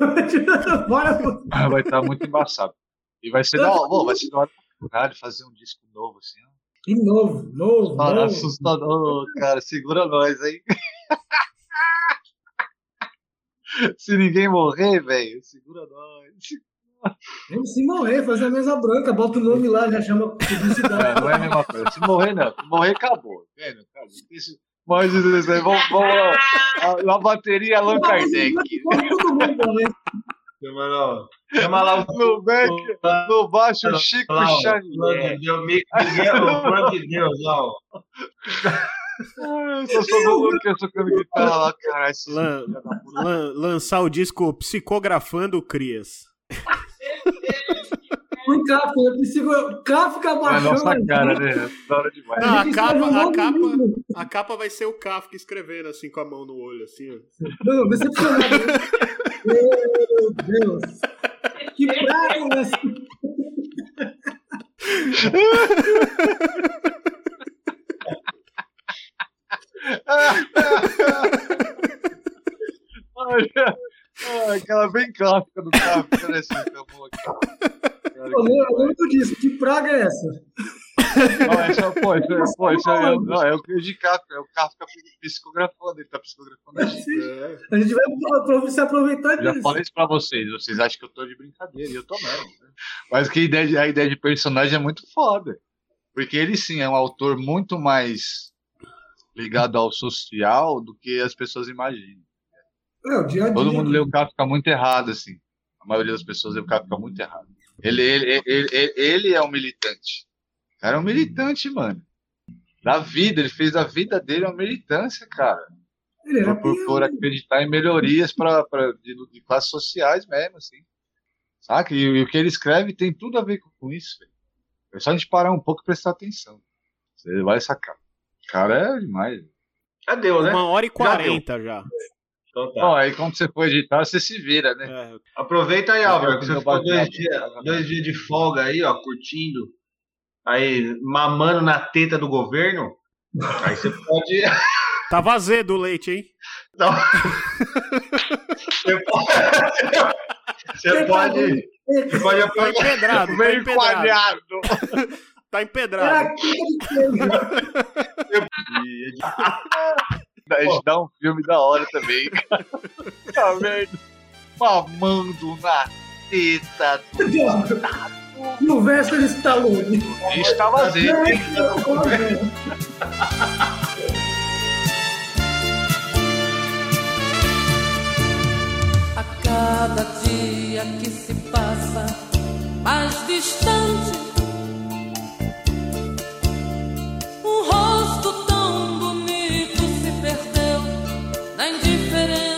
Bora, pô. vai estar muito embaçado. E vai ser da hora, pô, vai ser da hora pra caralho fazer um disco novo, assim, ó. E novo, novo, Ah, novo. assustador, cara, segura nós, hein? Se ninguém morrer, velho, segura nós. Vamos se morrer, fazer a mesa branca, bota o nome lá, já chama publicidade. É, não é a mesma coisa. Se morrer, não. Se morrer, acabou. Vendo? Acabou. Isso- Mas isso aí, vamos, vamos lá. A- Na bateria, Allan Kardec. Todo mundo morrer. chama lá, chama lá o No back, no baixo, o Chico lá, o Xavier. plano de Deus, Miguel, o plano de Deus, lá, ó. Ah, eu só sou maluco, eu sou câmbio de guitarra lá, caralho. esse lan- filho da puta. lan- lançar o disco Psicografando Crias. Foi Kafka, eu preciso. Kafka É a baixou. nossa cara, né? Da hora demais. Não, a gente capa, escreveu um a monte de capa, livro. a capa vai ser o Kafka escrevendo assim com a mão no olho, assim, ó. Não, decepcionado. Meu Deus. Que praga essa. Olha, ah, aquela bem clássica do Kafka, né? Assim, acabou aqui. Eu lembro eu lembro disso. Que praga é essa? Não, essa, pô, isso, é- pô, isso é, não, é o que de Kafka, é o Kafka psicografando, ele tá psicografando a gente. Sim. A gente vai apro- se aproveitar Já disso. falei isso pra vocês, vocês acham que eu tô de brincadeira, e eu tô mesmo. Né? Mas que a ideia, de, a ideia de personagem é muito foda. Porque ele sim é um autor muito mais ligado ao social do que as pessoas imaginam. É, o dia a dia. Todo mundo lê o Kafka muito errado, assim. A maioria das pessoas lê o Kafka muito errado. Ele, ele, ele, ele, ele é um militante. O cara é um militante, mano. Da vida, ele fez a vida dele uma militância, cara. Ele era Por, por, peão, por né? acreditar em melhorias pra, pra, de, de classes sociais mesmo, assim. Saca? E, e o que ele escreve tem tudo a ver com, com isso, velho. É só a gente parar um pouco e prestar atenção. Você vai sacar. O cara é demais. velho. Já deu, né? Uma hora e Já quarenta já. Então tá. Bom, aí quando você for editar, você se vira, né? É, Aproveita aí, Álvaro, que você Eu ficou bato- dois dias, dois dias de folga aí, ó, curtindo. Aí, mamando na teta do governo. Aí você pode. tá vazio do leite, hein? Não. Você pode. Você pode. Você pode Tá aproveitar. empedrado, tá Meio empedrado. quadrado. Tá Era empedrado. a quinta de queijo. A gente dá um filme da hora também, cara. Tá vendo? Mamando na teta do No Vester Stallone. bicho, tá vazio. Não, não, não, não. A cada dia que se passa mais distante, um rosto tão bonito se perdeu na indiferença